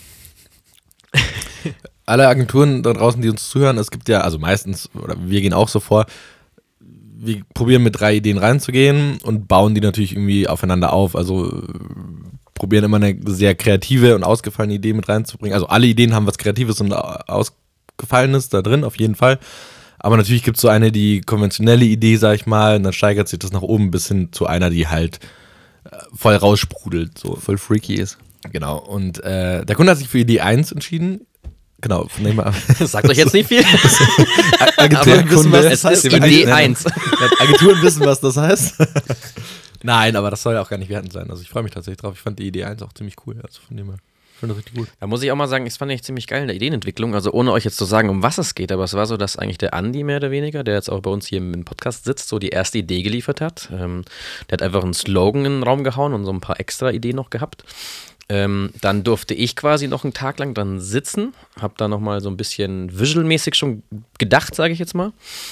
B: Alle Agenturen da draußen, die uns zuhören, es gibt ja, also meistens, oder wir gehen auch so vor, wir probieren mit 3 Ideen reinzugehen und bauen die natürlich irgendwie aufeinander auf. Also probieren immer eine sehr kreative und ausgefallene Idee mit reinzubringen. Also alle Ideen haben was Kreatives und Ausgefallenes da drin, auf jeden Fall. Aber natürlich gibt es so eine, die konventionelle Idee, sag ich mal, und dann steigert sich das nach oben bis hin zu einer, die halt voll raussprudelt. So.
D: Voll freaky ist.
B: Genau. Und der Kunde hat sich für Idee 1 entschieden. Genau, von dem
C: Sagt euch jetzt nicht viel,
B: Agenturen wissen, was
C: es
B: das heißt.
C: ist
B: Wir
C: Idee
B: nicht-
C: 1.
B: Agenturen wissen, was das heißt. Nein, aber das soll ja auch gar nicht wertend sein. Also ich freue mich tatsächlich drauf. Ich fand die Idee 1 auch ziemlich cool. Also von dem her. Ich finde das richtig gut.
C: Da muss ich auch mal sagen, das fand ich ziemlich geil in der Ideenentwicklung. Also ohne euch jetzt zu sagen, um was es geht, aber es war so, dass eigentlich der Andi mehr oder weniger, der jetzt auch bei uns hier im Podcast sitzt, so die erste Idee geliefert hat. Der hat einfach einen Slogan in den Raum gehauen und so ein paar extra Ideen noch gehabt. Dann durfte ich quasi noch einen Tag lang dran sitzen, habe da nochmal so ein bisschen visualmäßig schon gedacht, sage ich jetzt mal.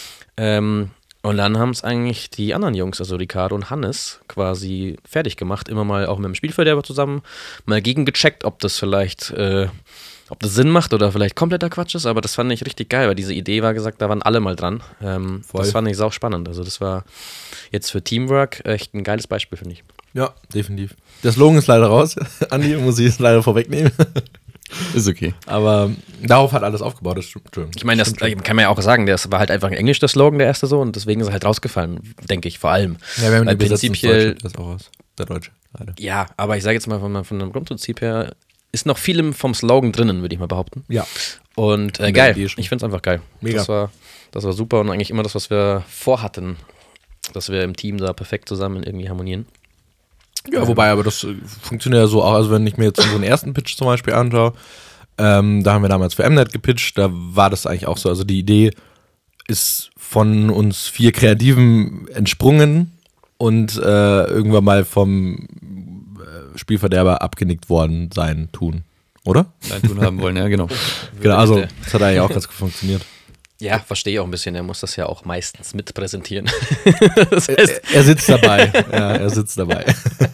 C: Und dann haben es eigentlich die anderen Jungs, also Ricardo und Hannes, quasi fertig gemacht. Immer mal auch mit dem Spielverderber zusammen, mal gegengecheckt, ob das vielleicht, ob das Sinn macht oder vielleicht kompletter Quatsch ist. Aber das fand ich richtig geil, weil diese Idee war gesagt, da waren alle mal dran. Das fand ich sau spannend. Also das war jetzt für Teamwork echt ein geiles Beispiel, finde ich.
B: Ja, definitiv. Der Slogan ist leider raus. Andi, muss ich es leider vorwegnehmen.
D: Ist okay.
B: Aber darauf hat alles aufgebaut. Das stimmt.
C: Ich meine, das kann man ja auch sagen, das war halt einfach in Englisch der Slogan, der erste so, und deswegen ist er halt rausgefallen, denke ich, vor allem.
B: Ja, wir haben
C: Weil
B: die Besetzung
C: prinzipiell,
B: das auch aus. Der Deutsche, leider.
C: ja, aber ich sage jetzt mal von dem Grundprinzip her, ist noch viel vom Slogan drinnen, würde ich mal behaupten.
B: Ja.
C: Und
B: der
C: geil,
B: Idee
C: ich
B: schon.
C: finde es einfach geil.
B: Mega.
C: Das war super und eigentlich immer das, was wir vorhatten, dass wir im Team da perfekt zusammen irgendwie harmonieren.
B: Ja, wobei, aber das funktioniert ja so auch. Also wenn ich mir jetzt unseren ersten Pitch zum Beispiel anschaue, da haben wir damals für Mnet gepitcht, da war das eigentlich auch so. Also die Idee ist von uns 4 Kreativen entsprungen und irgendwann mal vom Spielverderber abgenickt worden sein, tun. Oder?
D: Nein, tun haben wollen, ja, genau.
B: Genau, also
C: bitte.
B: das hat eigentlich auch ganz gut funktioniert.
C: Ja, verstehe ich auch ein bisschen. Er muss das ja auch meistens mit präsentieren. Das heißt,
B: Er sitzt dabei. Ja, er sitzt dabei.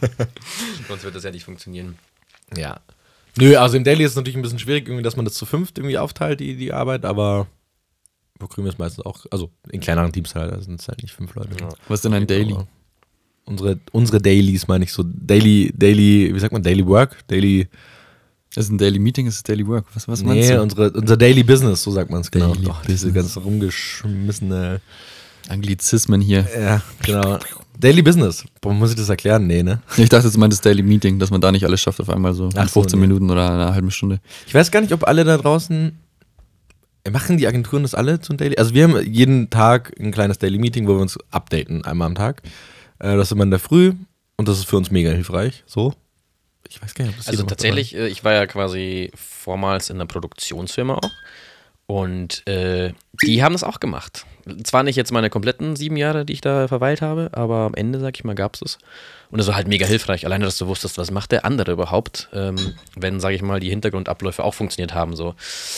C: sonst wird das ja nicht funktionieren.
B: Ja. Nö, also im Daily ist es natürlich ein bisschen schwierig, irgendwie, dass man das zu 5 irgendwie aufteilt, die Arbeit, aber wo kriegen wir es meistens auch, also in kleineren Teams halt, da sind es halt nicht 5 Leute.
C: Ja.
D: Was ist denn ein Daily?
B: Aber unsere Dailies meine ich so, Daily, wie sagt man, Daily Work? Daily,
D: Ist es ein Daily Meeting, ist es Daily Work? Was meinst
B: nee,
D: du?
B: unser Daily Business, so sagt man es genau.
D: Daily
B: Doch, diese
D: Business.
B: ganz rumgeschmissene,
D: Anglizismen hier.
B: ja, genau. Daily Business, boah, muss ich das erklären? Nee, ne?
D: Ich dachte, jetzt meint das Daily Meeting, dass man da nicht alles schafft auf einmal so
B: Ach
D: in
B: so,
D: 15
B: nee.
D: Minuten oder eine halbe Stunde.
B: Ich weiß gar nicht, ob alle da draußen, machen die Agenturen das alle zum Daily? Also wir haben jeden Tag ein kleines Daily Meeting, wo wir uns updaten, einmal am Tag. Das ist immer in der Früh und das ist für uns mega hilfreich, so. Ich weiß gar nicht, ob das
C: Also
B: jeder macht,
C: tatsächlich, ich war ja quasi vormals in einer Produktionsfirma auch und die haben das auch gemacht. Zwar nicht jetzt meine kompletten 7 Jahre, die ich da verweilt habe, aber am Ende, sag ich mal, gab es es. Und das war halt mega hilfreich. Alleine, dass du wusstest, was macht der andere überhaupt, wenn, sag ich mal, die Hintergrundabläufe auch funktioniert haben. So.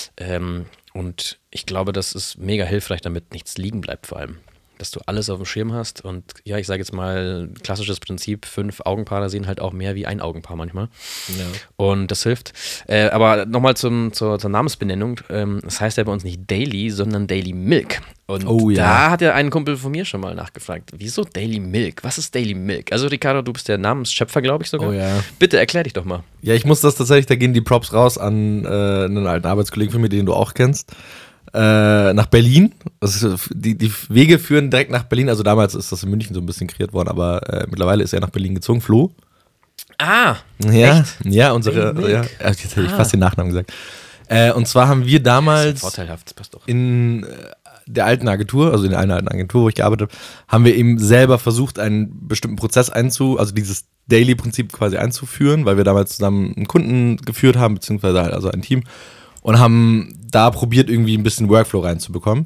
C: Und ich glaube, das ist mega hilfreich, damit nichts liegen bleibt vor allem. Dass du alles auf dem Schirm hast und ja, ich sage jetzt mal, klassisches Prinzip, 5 Augenpaare sehen halt auch mehr wie ein Augenpaar manchmal.
B: Ja.
C: Und das hilft. Aber nochmal zur Namensbenennung. Das heißt ja bei uns nicht Daily, sondern Daily Milk. Und
B: Oh ja.
C: da hat ja ein Kumpel von mir schon mal nachgefragt, wieso Daily Milk? Was ist Daily Milk? Also Ricardo, du bist der Namensschöpfer, glaube ich sogar.
B: Oh ja.
C: Bitte erklär dich doch mal.
B: Ja, ich muss das tatsächlich, da gehen die Props raus an einen alten Arbeitskollegen von mir, den du auch kennst. Nach Berlin. Die Wege führen direkt nach Berlin. Also damals ist das in München so ein bisschen kreiert worden, aber mittlerweile ist er nach Berlin gezogen. Flo.
C: Ah,
B: Ja,
C: echt?
B: ja, unsere.
C: Milk.
B: Ja, jetzt hätte ich fast den Nachnamen gesagt. Und zwar haben wir
C: Das ist
B: damals
C: vorteilhaft, das passt doch.
B: in der alten Agentur, also in einer alten Agentur, wo ich gearbeitet habe, haben wir eben selber versucht, einen bestimmten Prozess also dieses Daily-Prinzip quasi einzuführen, weil wir damals zusammen einen Kunden geführt haben, beziehungsweise halt also ein Team und haben da probiert, irgendwie ein bisschen Workflow reinzubekommen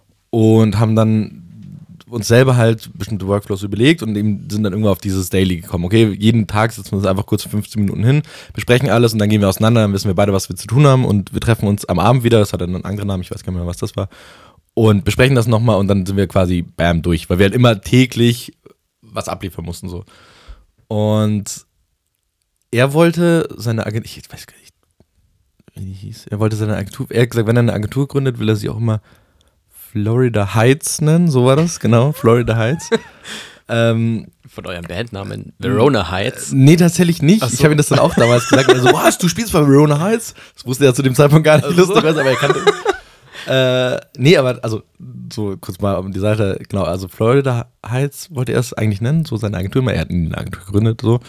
B: und haben dann uns selber halt bestimmte Workflows überlegt und eben sind dann irgendwann auf dieses Daily gekommen. Okay, jeden Tag setzen wir uns einfach kurz 15 Minuten hin, besprechen alles und dann gehen wir auseinander, dann wissen wir beide, was wir zu tun haben und wir treffen uns am Abend wieder, das hat dann einen anderen Namen, ich weiß gar nicht mehr, was das war, und besprechen das nochmal und dann sind wir quasi bam durch, weil wir halt immer täglich was abliefern mussten so. Und er wollte seine Agentur, ich weiß gar nicht, wie die hieß, er hat gesagt, wenn er eine Agentur gründet, will er sich auch immer Florida Heights nennen, so war das, genau, Florida Heights.
C: Von eurem Bandnamen Verona Heights?
B: Nee, tatsächlich nicht.
C: Ach so.
B: Ich habe ihm das dann auch damals gesagt, also, was, du spielst bei Verona Heights? Das wusste er zu dem Zeitpunkt gar nicht, lustig was, aber er kannte nee, aber also, so kurz mal um die Seite, genau, also Florida Heights wollte er es eigentlich nennen, so seine Agentur, er hat eine Agentur gegründet, so.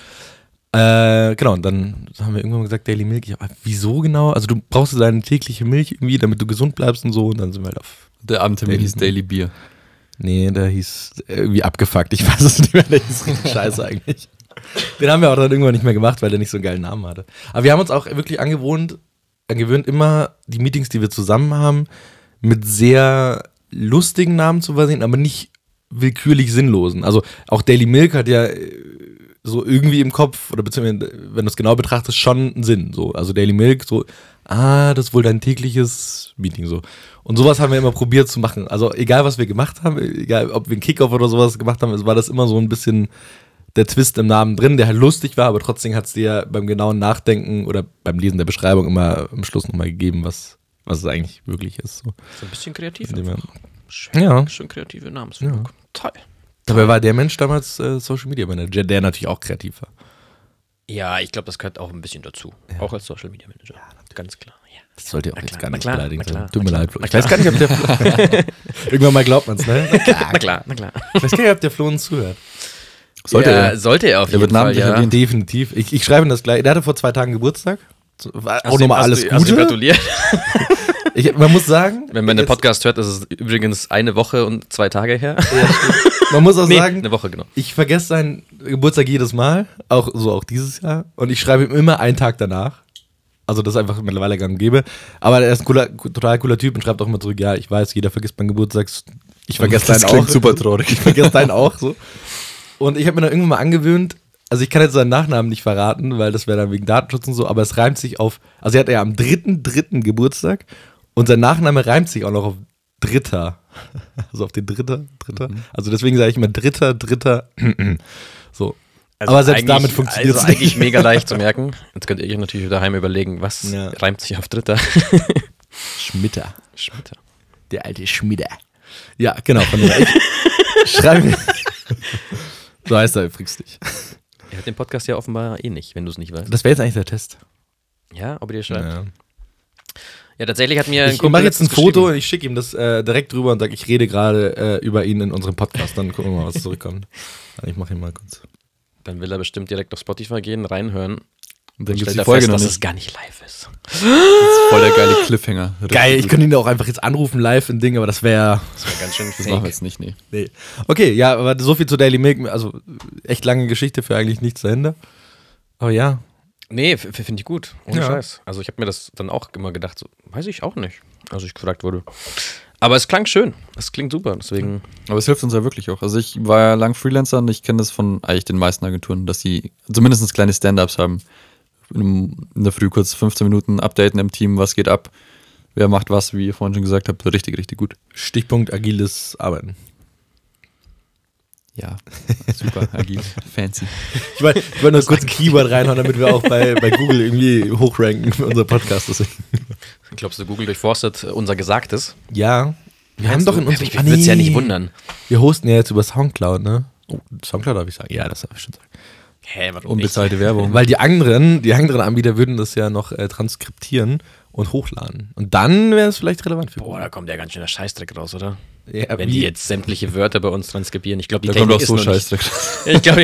B: Genau, und dann haben wir irgendwann mal gesagt, Daily Milk, aber wieso genau? Also du brauchst deine tägliche Milch irgendwie, damit du gesund bleibst und so, und dann sind wir halt auf
D: Der Abendtermin hieß Daily Beer.
B: Nee, der hieß irgendwie abgefuckt. Ich weiß es nicht mehr, der hieß richtig scheiße eigentlich. Den haben wir auch dann irgendwann nicht mehr gemacht, weil der nicht so einen geilen Namen hatte. Aber wir haben uns auch wirklich angewöhnt, immer die Meetings, die wir zusammen haben, mit sehr lustigen Namen zu versehen, aber nicht willkürlich sinnlosen. Also auch Daily Milk hat ja so irgendwie im Kopf, oder beziehungsweise, wenn du es genau betrachtest, schon einen Sinn. So. Also Daily Milk, so, das ist wohl dein tägliches Meeting so. Und sowas haben wir immer probiert zu machen. Also egal, was wir gemacht haben, egal, ob wir einen Kickoff oder sowas gemacht haben, war das immer so ein bisschen der Twist im Namen drin, der halt lustig war, aber trotzdem hat es dir beim genauen Nachdenken oder beim Lesen der Beschreibung immer am Schluss nochmal gegeben, was es eigentlich wirklich ist. So.
C: So ein bisschen kreativ.
B: Indem wir-
C: Schön,
B: Ja.
C: schön kreative Namensfindung.
B: Ja.
C: Toll.
B: Dabei war der Mensch damals Social Media Manager, der natürlich auch kreativ war.
C: Ja, ich glaube, das gehört auch ein bisschen dazu. Auch als Social Media Manager. Ganz klar. Ja.
B: Das sollte ja auch
C: Na
B: jetzt
C: klar,
B: gar
C: na
B: nicht
C: klar,
B: beleidigend
C: na klar,
B: sein. Tut mir
C: na
B: leid,
C: klar,
B: Flo. Ich
C: na
B: weiß gar nicht, ob der Flo irgendwann mal glaubt man es, ne?
C: Na klar, na klar.
B: Ich weiß gar nicht, ob der Flo uns zuhört.
D: Sollte
C: ja,
D: er.
C: sollte er auf
D: Er
C: jeden
D: wird
C: Fall,
D: namentlich
C: ja.
D: erwähnt.
B: Definitiv. Ich schreibe ihm das gleich. Der hatte vor 2 Tagen Geburtstag. War auch
C: Hast
B: nochmal
C: du-
B: alles
C: hast du ihm
B: Gute.
C: gratuliert.
B: Man muss sagen,
C: Wenn man den
B: jetzt-
C: Podcast hört, ist es übrigens 1 Woche und 2 Tage her.
B: man muss auch
C: Nee,
B: sagen,
C: eine Woche, genau.
B: ich vergesse seinen Geburtstag jedes Mal, auch dieses Jahr. Und ich schreibe ihm immer einen Tag danach. Also das ist einfach mittlerweile gang und gäbe. Aber er ist ein total cooler Typ und schreibt auch immer zurück, ja, ich weiß, jeder vergisst meinen Geburtstag. Ich vergesse
D: Das
B: deinen
D: klingt
B: auch.
D: super traurig.
B: Ich vergesse deinen auch. So. Und ich habe mir dann irgendwann mal angewöhnt, also ich kann jetzt seinen Nachnamen nicht verraten, weil das wäre dann wegen Datenschutz und so, aber es reimt sich auf, also er hat ja am 3.3. Geburtstag und sein Nachname reimt sich auch noch auf Dritter. Also auf den Dritter. Also deswegen sage ich immer Dritter. So.
C: Also
B: aber selbst
C: eigentlich-
B: damit funktioniert es
C: also eigentlich
B: nicht.
C: mega leicht zu merken. Jetzt könnt ihr euch natürlich daheim überlegen, was
B: Ja.
C: reimt sich auf Dritter.
B: Schmitter.
C: Schmitter.
B: Der alte Schmitter. Ja, genau. Von der ich schreibe. So heißt er übrigens nicht.
C: Er hört den Podcast ja offenbar eh nicht, wenn du es nicht weißt.
B: Das wäre jetzt eigentlich der Test.
C: Ja, ob ihr dir schreibt.
B: Ja.
C: Ja, tatsächlich hat mir ein
B: Ich
C: Kumpel
B: mache jetzt ein
C: letztens
B: Foto
C: geschrieben.
B: und ich schicke ihm das direkt rüber und sage, ich rede gerade über ihn in unserem Podcast. Dann gucken wir mal, was zurückkommt. Ich mache ihn mal kurz.
C: Dann will er bestimmt direkt auf Spotify gehen, reinhören.
D: Und dann
C: Und
D: gibt es
C: stellt
D: die
C: er
D: Folge
C: fest,
D: noch
C: dass
D: nicht.
C: es gar nicht live ist.
D: Das ist voll der geile Cliffhanger. Richtig
B: Geil, ich
D: gut.
B: könnte ihn auch einfach jetzt anrufen live in Ding, aber das wäre.
C: Das war ganz schön
D: Das machen wir
C: fake.
D: jetzt nicht, nee.
B: Nee. Okay, ja, aber so viel zu Daily Milk. Also echt lange Geschichte für eigentlich nichts dahinter. Aber ja.
C: Nee, finde ich gut. Ohne
B: Ja.
C: Scheiß. Also ich habe mir das dann auch immer gedacht, so, weiß ich auch nicht, als ich gefragt wurde. Aber es klang schön. Es klingt super. Deswegen,
D: Aber es hilft uns ja wirklich auch. Also ich war ja lang Freelancer und ich kenne das von eigentlich den meisten Agenturen, dass sie zumindest kleine Stand-Ups haben. In der Früh kurz 15 Minuten updaten im Team, was geht ab, wer macht was, wie ihr vorhin schon gesagt habt, richtig, richtig gut.
B: Stichpunkt agiles Arbeiten.
D: Ja, super, agil, fancy.
B: Ich wollte nur kurz ein Keyword reinhauen, damit wir auch bei Google irgendwie hochranken für unser Podcast. Deswegen.
C: glaubst du, Google durchforstet unser Gesagtes?
B: Ja. Wir haben doch in unserem.
C: Ich würde es ja nicht wundern.
B: Wir hosten ja jetzt über Soundcloud, ne? Oh, Soundcloud darf ich sagen. Ja, das darf ich schon sagen.
C: Hä, warum
D: Unbezahlte Werbung.
B: Weil die anderen Anbieter würden das ja noch transkriptieren und hochladen. Und dann wäre es vielleicht relevant für
C: Boah, da kommt ja ganz schön der Scheißdreck raus, oder?
B: Ja,
C: Wenn die jetzt sämtliche Wörter bei uns transkribieren. Ich glaube, die
D: Da kommt auch
C: Technik
D: so
C: ist noch
D: Scheißdreck.
C: nicht. Ich glaube,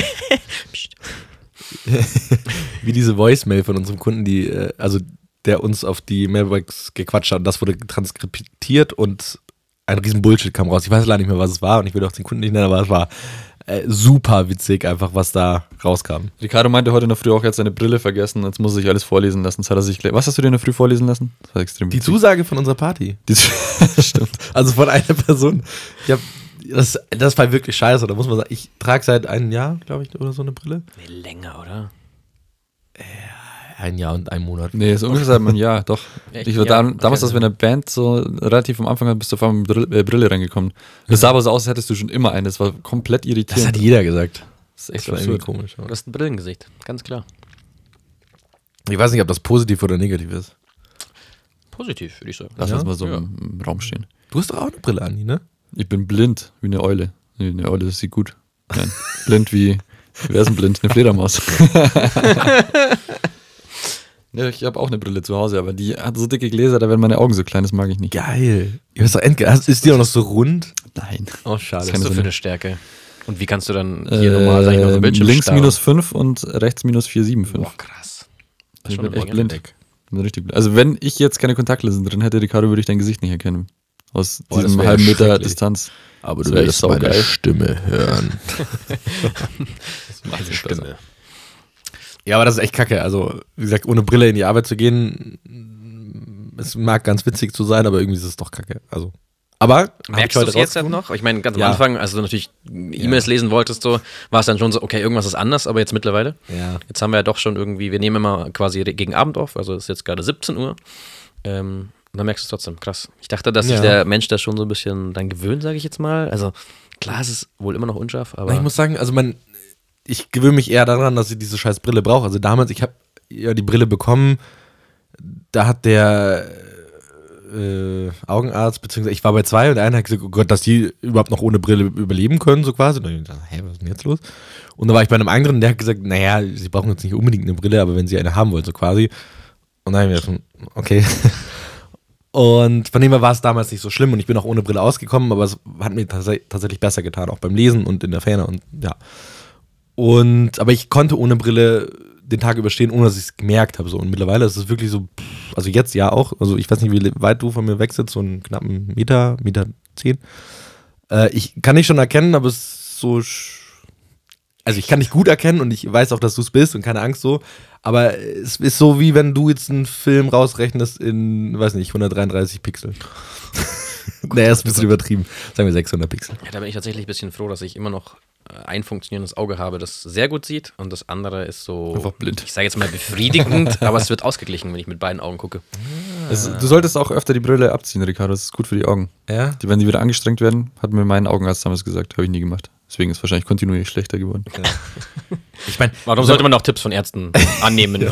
B: wie diese Voicemail von unserem Kunden, der uns auf die Mailbox gequatscht hat. Und das wurde transkripiert und ein riesen Bullshit kam raus. Ich weiß leider nicht mehr, was es war und ich will auch den Kunden nicht nennen, aber es war super witzig einfach, was da rauskam.
D: Ricardo meinte heute in der Früh auch, er hat seine Brille vergessen, jetzt muss er sich alles vorlesen lassen. Das hat er sich was hast du dir in der Früh vorlesen lassen? Das war extrem
B: Die
D: witzig.
B: Zusage von unserer Party.
D: Stimmt.
B: Also von einer Person. Das war wirklich scheiße, da muss man sagen, ich trage seit einem Jahr, glaube ich, oder so eine Brille.
C: Nee, länger, oder?
B: Ein Jahr und ein Monat.
D: Nee, so ungefähr seit einem Jahr, doch.
C: Echt?
D: Ich war
C: Ja,
D: damals, als wir in der Band so relativ am Anfang bist du auf einmal mit Brille reingekommen. Das sah aber so aus, als hättest du schon immer eine. Das war komplett
B: Das
D: irritierend.
B: hat jeder gesagt.
D: Das ist echt
B: Das war irgendwie
D: absurd.
B: komisch.
C: Du hast ein Brillengesicht, ganz klar.
B: Ich weiß nicht, ob das positiv oder negativ ist.
C: Positiv, würde ich sagen.
D: Lass
B: Ja?
D: uns mal so
C: Ja.
D: im Raum stehen.
B: Du hast doch auch eine Brille, Andi, ne?
D: Ich bin blind wie eine Eule. Nee, eine Eule, das sieht gut. Nein. Blind wie. Wer ist denn blind? Eine Fledermaus. Ja, ich habe auch eine Brille zu Hause, aber die hat so dicke Gläser, da werden meine Augen so klein, das mag ich nicht.
B: Geil. Ja, ist, doch ist die auch noch so rund?
D: Nein.
B: Oh, schade.
C: Was
D: Keine
C: hast du für
D: Sinne.
C: eine Stärke? Und wie kannst du dann hier normal, sag ich mal, so Bildschirm
D: links
C: starren?
D: -5 und rechts -475.
C: Boah, krass. Das ist
D: Ich
C: schon
D: bin
C: eine
D: echt
C: Menge.
D: blind. Ich bin richtig blind. Also wenn ich jetzt keine Kontaktlinsen drin hätte, Ricardo, würde ich dein Gesicht nicht erkennen. Aus
B: Boah, das
D: diesem
B: wär
D: halben Meter
B: schrecklich.
D: Distanz.
B: Aber
D: Das
B: du
D: wär
B: willst
D: saugeil.
B: meine Stimme hören.
C: Meine Stimme.
B: Ja, aber das ist echt kacke. Also, wie gesagt, ohne Brille in die Arbeit zu gehen, es mag ganz witzig zu sein, aber irgendwie ist es doch kacke. Also, aber
C: Merkst du es jetzt halt noch? Ich meine, ganz am
B: Ja.
C: Anfang, als du natürlich E-Mails lesen wolltest, so, war es dann schon so, okay, irgendwas ist anders, aber jetzt mittlerweile.
B: Ja.
C: Jetzt haben wir ja doch schon irgendwie, wir nehmen immer quasi gegen Abend auf, also es ist jetzt gerade 17 Uhr. Und dann merkst du es trotzdem, krass. Ich dachte, dass sich
B: Ja.
C: der Mensch da schon so ein bisschen dann gewöhnt, sage ich jetzt mal. Also klar, es ist wohl immer noch unscharf, aber
B: Ich muss sagen, also ich gewöhne mich eher daran, dass ich diese scheiß Brille brauche. Also damals, ich habe ja die Brille bekommen, da hat der Augenarzt, beziehungsweise ich war bei 2 und der eine hat gesagt, oh Gott, dass die überhaupt noch ohne Brille überleben können, so quasi. Und dann hab ich gedacht, hä, was ist denn jetzt los? Und dann war ich bei einem anderen, der hat gesagt, naja, sie brauchen jetzt nicht unbedingt eine Brille, aber wenn sie eine haben wollen, so quasi. Und dann habe ich mir gedacht, okay. Und von dem her war es damals nicht so schlimm und ich bin auch ohne Brille ausgekommen, aber es hat mir tatsächlich besser getan, auch beim Lesen und in der Ferne und ja. Aber ich konnte ohne Brille den Tag überstehen, ohne dass ich es gemerkt habe. So. Und mittlerweile ist es wirklich so, also jetzt ja auch, also ich weiß nicht, wie weit du von mir weg sitzt, so einen knappen Meter 10. Ich kann dich schon erkennen, aber es ist so, also ich kann dich gut erkennen und ich weiß auch, dass du es bist und keine Angst so, aber es ist so, wie wenn du jetzt einen Film rausrechnest in, weiß nicht, 133 Pixel. Naja, ist ein bisschen übertrieben. Sagen wir 600 Pixel.
C: ja, da bin ich tatsächlich ein bisschen froh, dass ich immer noch ein funktionierendes Auge habe, das sehr gut sieht und das andere ist so,
D: Einfach blind.
C: ich sage jetzt mal befriedigend, aber es wird ausgeglichen, wenn ich mit beiden Augen gucke.
D: Du solltest auch öfter die Brille abziehen, Ricardo. Das ist gut für die Augen.
B: Ja?
D: Wenn die wieder angestrengt werden, hat mir mein Augenarzt damals gesagt. Habe ich nie gemacht. Deswegen ist es wahrscheinlich kontinuierlich schlechter geworden.
B: Ich meine,
C: Warum sollte man auch Tipps von Ärzten annehmen?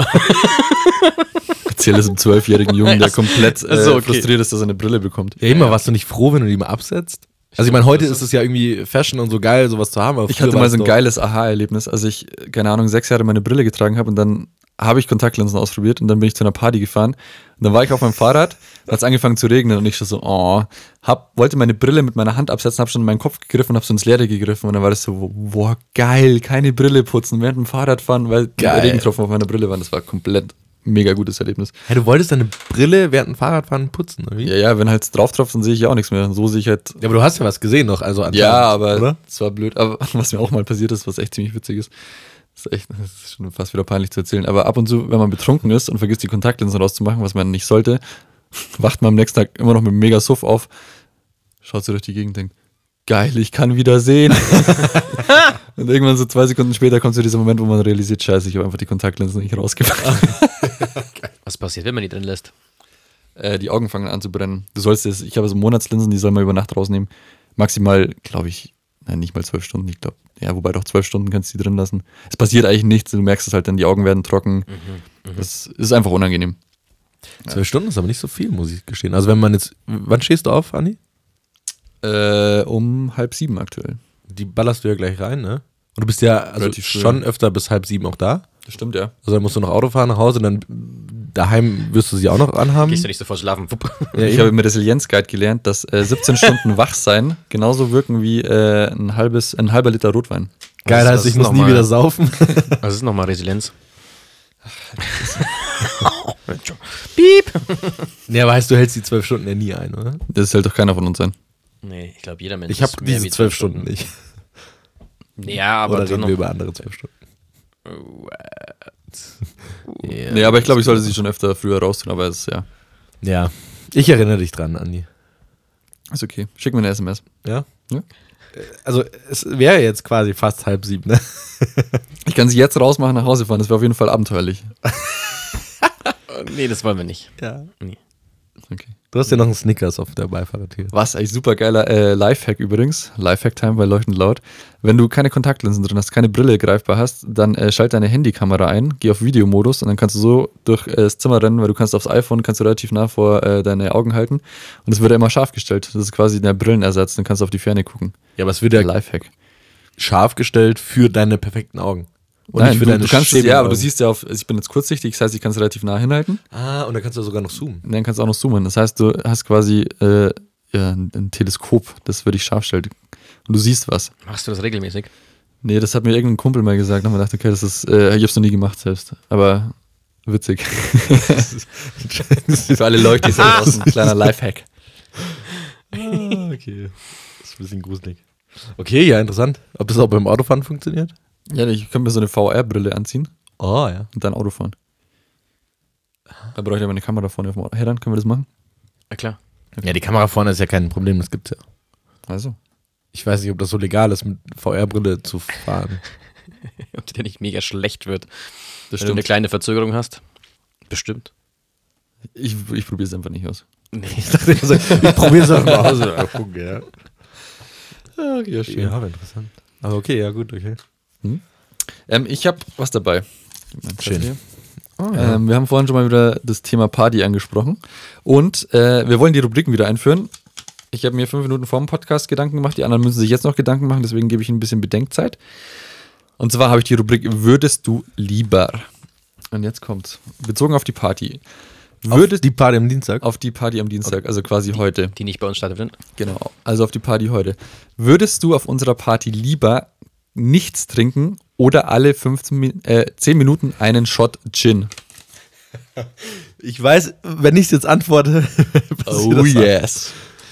D: Erzähl es einem 12-jährigen Jungen, der komplett
C: so, okay.
D: frustriert ist, dass er eine Brille bekommt.
B: ja, immer warst du nicht froh, wenn du die mal absetzt? Also ich meine, heute ist es ja irgendwie Fashion und so geil, sowas zu haben. Aber
D: Ich
B: früher
D: hatte
B: war
D: mal
B: es
D: so ein
B: doch-
D: geiles Aha-Erlebnis, als ich, keine Ahnung, 6 Jahre meine Brille getragen habe und dann habe ich Kontaktlinsen ausprobiert und dann bin ich zu einer Party gefahren und dann war ich auf meinem Fahrrad, da hat es angefangen zu regnen und ich so, wollte meine Brille mit meiner Hand absetzen, habe schon in meinen Kopf gegriffen und habe so ins Leere gegriffen und dann war das so, boah, geil, keine Brille putzen während dem Fahrradfahren, weil
B: Geil.
D: Regentropfen auf meiner Brille waren. Das war komplett mega gutes Erlebnis.
B: Hey, du wolltest deine Brille während dem Fahrradfahren putzen, oder wie?
D: Ja, wenn halt drauf tropft, dann sehe ich ja auch nichts mehr. So sehe ich halt.
B: Ja, aber du hast ja was gesehen noch, also anscheinend,
D: Ja, aber
B: oder?
D: es war blöd. Aber was mir auch mal passiert ist, was echt ziemlich witzig ist, das ist schon fast wieder peinlich zu erzählen. Aber ab und zu, wenn man betrunken ist und vergisst, die Kontaktlinsen rauszumachen, was man nicht sollte, wacht man am nächsten Tag immer noch mit einem mega Suff auf, schaut so durch die Gegend und denkt, geil, ich kann wieder sehen. Und irgendwann so 2 Sekunden später kommt so dieser Moment, wo man realisiert, scheiße, ich habe einfach die Kontaktlinsen nicht rausgemacht.
C: Was passiert, wenn man die drin lässt?
D: Die Augen fangen an zu brennen. Du sollst es, ich habe so Monatslinsen, die soll man über Nacht rausnehmen. Maximal, glaube ich, nein, nicht mal 12 Stunden, ich glaube, ja, wobei doch 12 Stunden kannst du die drin lassen. Es passiert eigentlich nichts, du merkst es halt dann, die Augen werden trocken. Das ist einfach unangenehm.
B: 12 Stunden ist aber nicht so viel, muss ich gestehen. Also wenn man jetzt, wann stehst du auf, Andi?
D: Um 6:30 aktuell.
B: Die ballerst du ja gleich rein, ne? Und du bist ja also
D: Relativ früh.
B: schon öfter bis 6:30 auch da.
D: Das stimmt, ja.
B: Also dann musst du noch Auto fahren nach Hause und dann daheim wirst du sie auch noch anhaben.
C: Gehst du nicht sofort schlafen? Wupp.
B: Ja,
D: Ich
B: eben.
D: habe im Resilienz-Guide gelernt, dass 17 Stunden wach sein genauso wirken wie ein halber Liter Rotwein.
B: Geil,
C: Was
B: heißt,
C: ist
B: ich muss
C: noch
B: nie
C: mal?
B: wieder saufen.
C: Was ist nochmal Resilienz? Piep!
B: Ja, aber heißt, du hältst die 12 Stunden ja nie ein, oder?
D: Das hält doch keiner von uns ein.
C: Nee, ich glaube, jeder Mensch
B: Ich habe
C: ist mehr
B: diese
C: wie
B: 12 Stunden nicht.
C: Ja, aber
B: Oder
C: dann
B: reden
C: noch.
B: wir über andere 12 Stunden?
C: Ja.
D: Nee, aber ich glaube, ich sollte sie schon öfter früher raustun, aber es ist ja.
B: Ja. Ich erinnere dich dran, Andi.
D: Ist okay. Schick mir eine SMS.
B: Ja?
D: Ja.
B: Also, es wäre jetzt quasi fast 6:30, ne?
D: Ich kann sie jetzt rausmachen, nach Hause fahren. Das wäre auf jeden Fall abenteuerlich.
C: Nee, das wollen wir nicht.
B: Ja.
D: Okay.
B: Du hast ja noch einen Snickers auf der Beifahrertür.
D: Was eigentlich super geiler Lifehack übrigens. Lifehack-Time bei Leuchtend Laut. Wenn du keine Kontaktlinsen drin hast, keine Brille greifbar hast, dann schalt deine Handykamera ein, geh auf Videomodus und dann kannst du so durch das Zimmer rennen, weil du kannst aufs iPhone, kannst du relativ nah vor deine Augen halten und es wird immer scharf gestellt. Das ist quasi der Brillenersatz, dann kannst du auf die Ferne gucken.
B: Ja, aber es wird ja
D: Lifehack.
B: scharf gestellt für deine perfekten Augen. Und
D: Nein,
B: nicht für
D: du
B: deine
D: kannst es,
B: schäbigen
D: ja, aber du
B: Augen.
D: siehst ja ich bin jetzt kurzsichtig, das heißt, ich kann es relativ nah hinhalten
B: Und dann kannst du sogar noch zoomen.
D: und dann kannst du auch noch zoomen. Das heißt, du hast quasi ein Teleskop, das für dich scharf stellt und du siehst was.
C: Machst du das regelmäßig?
D: Nee, das hat mir irgendein Kumpel mal gesagt. Und ich gedacht, okay, das ist, ich hab's noch nie gemacht selbst. Aber witzig. Für alle Leute, die es da draußen, ein kleiner Lifehack.
B: Okay. Das ist ein bisschen gruselig. Okay, ja, interessant. Ob das auch beim Autofahren funktioniert?
D: Ja, ich könnte mir so eine VR-Brille anziehen
B: Oh, ja.
D: und dann Auto fahren. Da bräuchte ich aber eine Kamera vorne auf dem Auto. Hey, dann können wir das machen?
C: Ja, klar.
B: Ja, die Kamera vorne ist ja kein Problem, das gibt's ja.
D: Also.
B: Ich weiß nicht, ob das so legal ist, mit VR-Brille zu fahren.
C: Ob die dir nicht mega schlecht wird.
D: Das
C: Wenn du eine kleine Verzögerung hast. Bestimmt.
D: Ich probiere es einfach nicht aus.
C: Nee.
B: Ich dachte, ich probiere es einfach mal aus. Ja.
D: Ja,
B: Ja, aber interessant. Aber okay, ja gut, okay.
D: Ich habe was dabei.
B: Schön.
D: Wir haben vorhin schon mal wieder das Thema Party angesprochen. Und wir wollen die Rubriken wieder einführen. Ich habe mir 5 Minuten vor dem Podcast Gedanken gemacht. Die anderen müssen sich jetzt noch Gedanken machen, deswegen gebe ich ihnen ein bisschen Bedenkzeit. Und zwar habe ich die Rubrik Würdest du lieber? Und jetzt kommt's. Bezogen auf die Party.
B: Würdest die Party am Dienstag?
D: Auf die Party am Dienstag, also quasi heute.
C: Die nicht bei uns stattfindet.
D: Genau, also auf die Party heute. Würdest du auf unserer Party lieber nichts trinken oder alle 10 Minuten einen Shot Gin?
B: Ich weiß, wenn ich es jetzt antworte,
D: Oh yes.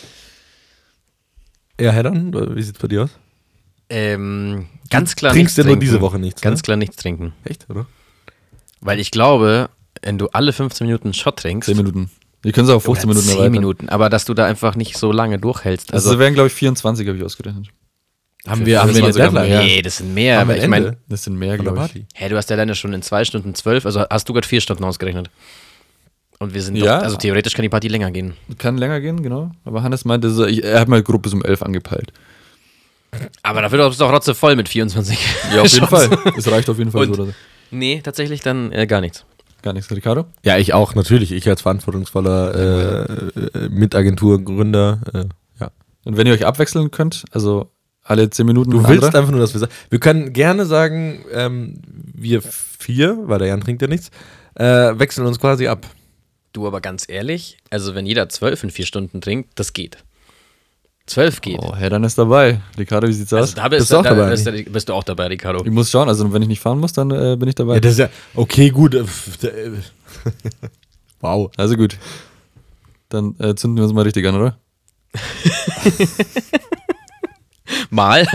B: Ja, Herr dann, wie sieht's bei dir aus?
C: Ganz klar
B: Trinkst
C: nichts
B: du nur
C: trinken.
B: diese Woche nichts,
C: Ganz
B: ne?
C: klar nichts trinken.
B: Echt, oder?
C: Weil ich glaube, wenn du alle 15 Minuten einen Shot trinkst,
D: 10 Minuten. Wir können es auch auf 15
C: oder
D: Minuten
C: 10
D: erweitern.
C: Minuten, aber dass du da einfach nicht so lange durchhältst.
D: Also
C: Also,
D: wären, glaube ich, 24, habe ich ausgerechnet.
B: Haben wir
D: das
B: eine
D: waren sogar
B: Deadline?
D: mehr.
C: nee, das sind mehr.
B: Am
C: Aber ich meine,
B: Ende
D: Das sind mehr,
B: von der
D: glaube ich.
B: Party.
C: hey, du hast ja deine schon in 2 Stunden 12, also hast du gerade 4 Stunden ausgerechnet. Und wir sind
D: Ja.
C: doch, also theoretisch kann die Party länger gehen.
D: Kann länger gehen, genau. Aber Hannes meinte, er hat mal grob bis um 11 angepeilt.
C: Aber dafür bist du auch trotzdem voll mit 24.
D: Ja, auf jeden
C: Shots.
D: Fall. Es reicht auf jeden Fall
C: Und-
D: so oder so.
C: Nee, tatsächlich dann gar nichts.
D: Gar nichts. Ricardo?
B: Ja, ich auch, natürlich. Ich als verantwortungsvoller Mitagenturgründer. Ja.
D: Und wenn ihr euch abwechseln könnt, also alle 10 Minuten
B: Du
D: ein
B: willst
D: anderer?
B: einfach nur, dass wir sagen. Wir können gerne sagen, wir 4, weil der Jan trinkt ja nichts, wechseln uns quasi ab.
C: Du, aber ganz ehrlich, also wenn jeder 12 in 4 Stunden trinkt, das geht. 12 geht.
D: Oh, Herr, dann ist dabei. Ricardo, wie sieht's aus?
C: Also da
B: Bist du auch dabei,
C: bist du auch dabei, Ricardo.
D: Ich muss schauen, also wenn ich nicht fahren muss, dann bin ich dabei.
B: Ja, das ist ja, okay, gut. Wow.
D: Also gut. Dann zünden wir uns mal richtig an, oder?
C: Mal.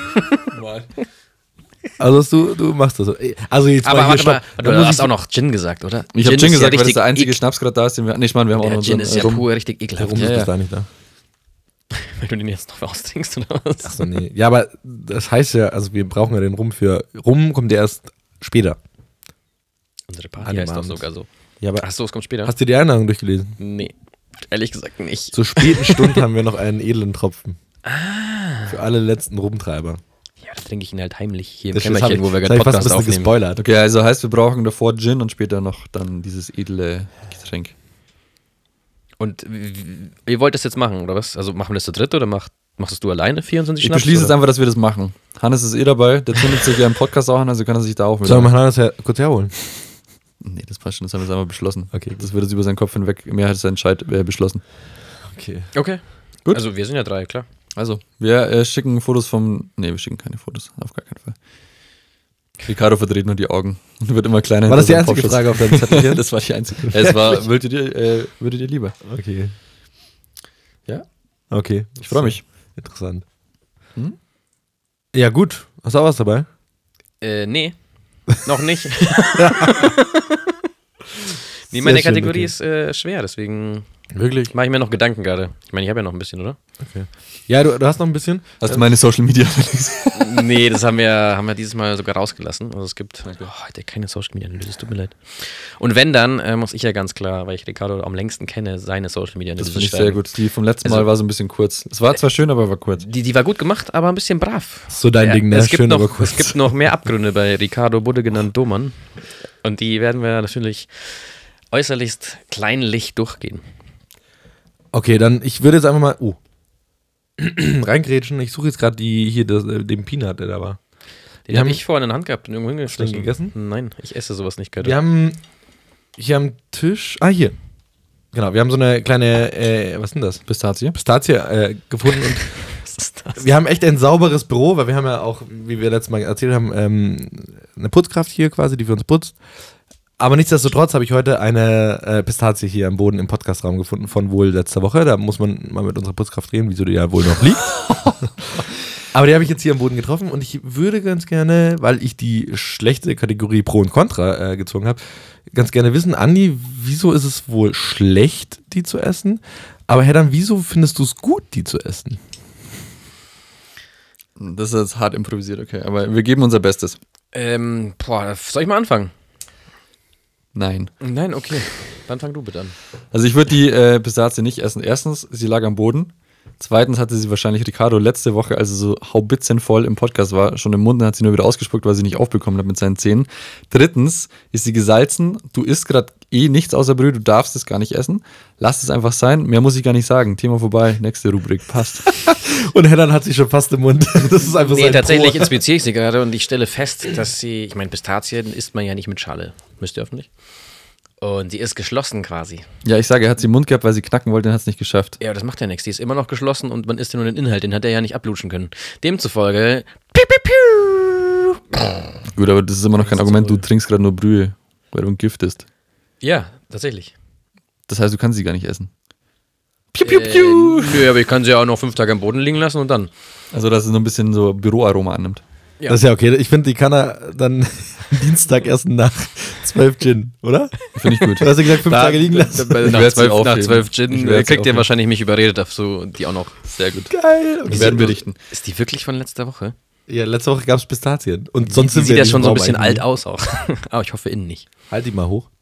B: Also du machst das so. Also jetzt
C: Aber
B: mal hier,
C: warte
B: stopp.
C: mal,
B: Da
C: du
B: muss
C: hast
B: ich-
C: auch noch Gin gesagt, oder?
D: Ich habe
C: ist
D: Gin
C: ja
D: gesagt, weil das
C: richtig
D: der einzige
C: ekel-
D: Schnaps gerade da ist, den wir. Nee, ich meine, wir haben auch
C: Ja,
D: noch
C: Gin
D: unseren
C: ist ja
D: Rum.
C: pur richtig
B: Der
C: ekelhaft.
B: Rum ist
D: Ja,
B: bis
D: ja.
B: da nicht da.
C: Wenn du den jetzt noch austrinkst oder was?
B: Achso, nee. Ja, aber das heißt ja, also wir brauchen ja den Rum für. Rum kommt ja erst später.
C: Unsere
B: An
C: Party
B: dem
C: heißt doch
B: Abend.
C: sogar so.
B: Ja, aber
C: Achso, es kommt später.
B: hast du die Einladung durchgelesen?
C: Nee, ehrlich gesagt nicht.
B: Zur späten Stunde haben wir noch einen edlen Tropfen. Für alle letzten Rumtreiber.
C: Ja, da trinke ich ihn halt heimlich hier im
B: Das
C: Kämmerchen, wo wir
B: das
C: gerade
B: hab ich fast
C: Podcast
B: ein bisschen
C: aufnehmen.
B: gespoilert.
D: Okay, also heißt, wir brauchen davor Gin und später noch dann dieses edle Getränk.
C: Und ihr wollt das jetzt machen, oder was? Also machen wir das zu dritt oder machst es du alleine 24
D: Ich
C: Schnaps?
D: beschließe jetzt
C: oder?
D: einfach, dass wir das machen. Hannes ist dabei, der zündet sich ja im Podcast auch an, also kann er sich da auch
B: Sollen wir das ja kurz herholen?
D: Nee, das passt schon, das haben wir jetzt einmal beschlossen.
B: Okay,
D: Das wird jetzt über seinen Kopf hinweg Mehrheitsentscheid beschlossen.
B: Okay.
C: Okay.
D: Gut.
C: Also wir sind ja 3, klar.
D: Also, wir schicken Fotos vom. Nee, wir schicken keine Fotos, auf gar keinen Fall. Ricardo verdreht nur die Augen und wird immer kleiner.
B: War das die
D: hinter seinem
B: einzige
D: Kopfschuss.
B: Frage auf deinem Zettel hier?
D: Das war die einzige. Es war, würdet ihr lieber?
B: Okay.
D: Ja?
B: Okay.
D: Ich freue mich.
B: Interessant. Ja, gut. Hast du auch was dabei?
C: Nee, noch nicht. Nee,
B: Sehr
C: meine
B: schön,
C: Kategorie
B: okay.
C: ist schwer, deswegen
B: Wirklich?
C: mache ich mir noch Gedanken gerade. Ich meine, ich habe ja noch ein bisschen, oder?
B: Ja, du hast noch ein bisschen?
D: Hast du meine Social Media?
C: Nee, das haben wir dieses Mal sogar rausgelassen. Also es gibt heute keine Social Media Analyse, es tut mir leid. Und wenn, dann muss ich ja ganz klar, weil ich Ricardo am längsten kenne, seine Social Media
D: Das
C: Analyse
D: finde ich sehr gut. Die vom letzten Mal war so ein bisschen kurz. Es war zwar schön, aber war kurz.
C: Die war gut gemacht, aber ein bisschen brav.
B: So dein Ding, ne?
C: Es gibt,
B: Schön, aber
C: noch,
B: kurz.
C: es gibt noch mehr Abgründe bei Ricardo Budde genannt Domann. Und die werden wir natürlich äußerlichst kleinlich durchgehen.
B: Okay, dann, ich würde jetzt einfach mal, reingrätschen. Ich suche jetzt gerade den Peanut, der da war.
C: Den habe ich vorhin in der Hand gehabt und irgendwo hingeschmissen.
B: Hast du den gegessen?
C: Nein, ich esse sowas nicht gerade.
B: Wir haben hier am Tisch, hier. Genau, wir haben so eine kleine, was ist denn das?
D: Pistazie?
B: Pistazie gefunden und
C: Was ist das?
B: wir haben echt ein sauberes Büro, weil wir haben ja auch, wie wir letztes Mal erzählt haben, eine Putzkraft hier quasi, die für uns putzt. Aber nichtsdestotrotz habe ich heute eine Pistazie hier am Boden im Podcastraum gefunden von wohl letzter Woche. Da muss man mal mit unserer Putzkraft reden, wieso die ja wohl noch liegt. Aber die habe ich jetzt hier am Boden getroffen und ich würde ganz gerne, weil ich die schlechte Kategorie Pro und Contra gezogen habe, ganz gerne wissen, Andi, wieso ist es wohl schlecht, die zu essen? Aber Herr, wieso findest du es gut, die zu essen?
D: Das ist jetzt hart improvisiert, okay. Aber wir geben unser Bestes.
C: Soll ich mal anfangen?
D: Nein.
C: Nein, okay. Dann fang du bitte an.
D: Also ich würde die Pistazie nicht essen. Erstens, sie lag am Boden. Zweitens hatte sie wahrscheinlich Ricardo letzte Woche, als er so haubitzenvoll im Podcast war, schon im Mund und hat sie nur wieder ausgespuckt, weil sie nicht aufbekommen hat mit seinen Zähnen. Drittens ist sie gesalzen. Du isst gerade nichts außer Brühe, du darfst es gar nicht essen. Lass es einfach sein. Mehr muss ich gar nicht sagen. Thema vorbei. Nächste Rubrik. Passt.
B: Und Herr hat sie schon fast im Mund. Das ist einfach
C: Nee, tatsächlich inspiziere ich sie gerade und ich stelle fest, dass sie, ich meine, Pistazien isst man ja nicht mit Schale. Müsst ihr hoffentlich. Und die ist geschlossen quasi.
D: Ja, ich sage, er hat sie im Mund gehabt, weil sie knacken wollte und hat es nicht geschafft.
C: Ja, das macht ja nichts. Die ist immer noch geschlossen und man isst ja nur den Inhalt. Den hat er ja nicht ablutschen können. Demzufolge. Piu, piu, piu.
D: Gut, aber das ist immer noch kein
C: Das ist
D: Argument. Du
C: wohl-
D: trinkst gerade nur Brühe, weil du ein Gift isst.
C: Ja, tatsächlich.
D: Das heißt, du kannst sie gar nicht essen.
C: Nö, aber ich kann sie ja auch noch 5 Tage am Boden liegen lassen und dann.
D: Also, dass es nur ein bisschen so Büroaroma annimmt.
C: Ja.
B: Das ist ja okay. Ich finde, die kann er dann Dienstag essen nach 12 Gin, oder?
D: Finde ich gut.
B: Du hast ja gesagt, 5 Tage liegen lassen.
D: Ich
C: Nach
D: werd sie
C: 12, nach
D: aufheben.
C: 12
D: Ich
C: Gin
D: werd sie
C: kriegt ihr
D: aufheben.
C: wahrscheinlich mich überredet auf so die auch noch.
D: Sehr gut.
B: Geil.
D: Wir werden berichten.
C: Ist die wirklich von letzter Woche?
B: Ja, letzte Woche gab es Pistazien. Und sonst
C: Die
B: sind
C: sieht
B: wir
C: ja
B: in
C: schon so ein
B: diesem
C: bisschen
B: Raum
C: alt
B: eigentlich
C: aus auch. Aber ich hoffe innen nicht.
B: nicht. Halt die mal hoch.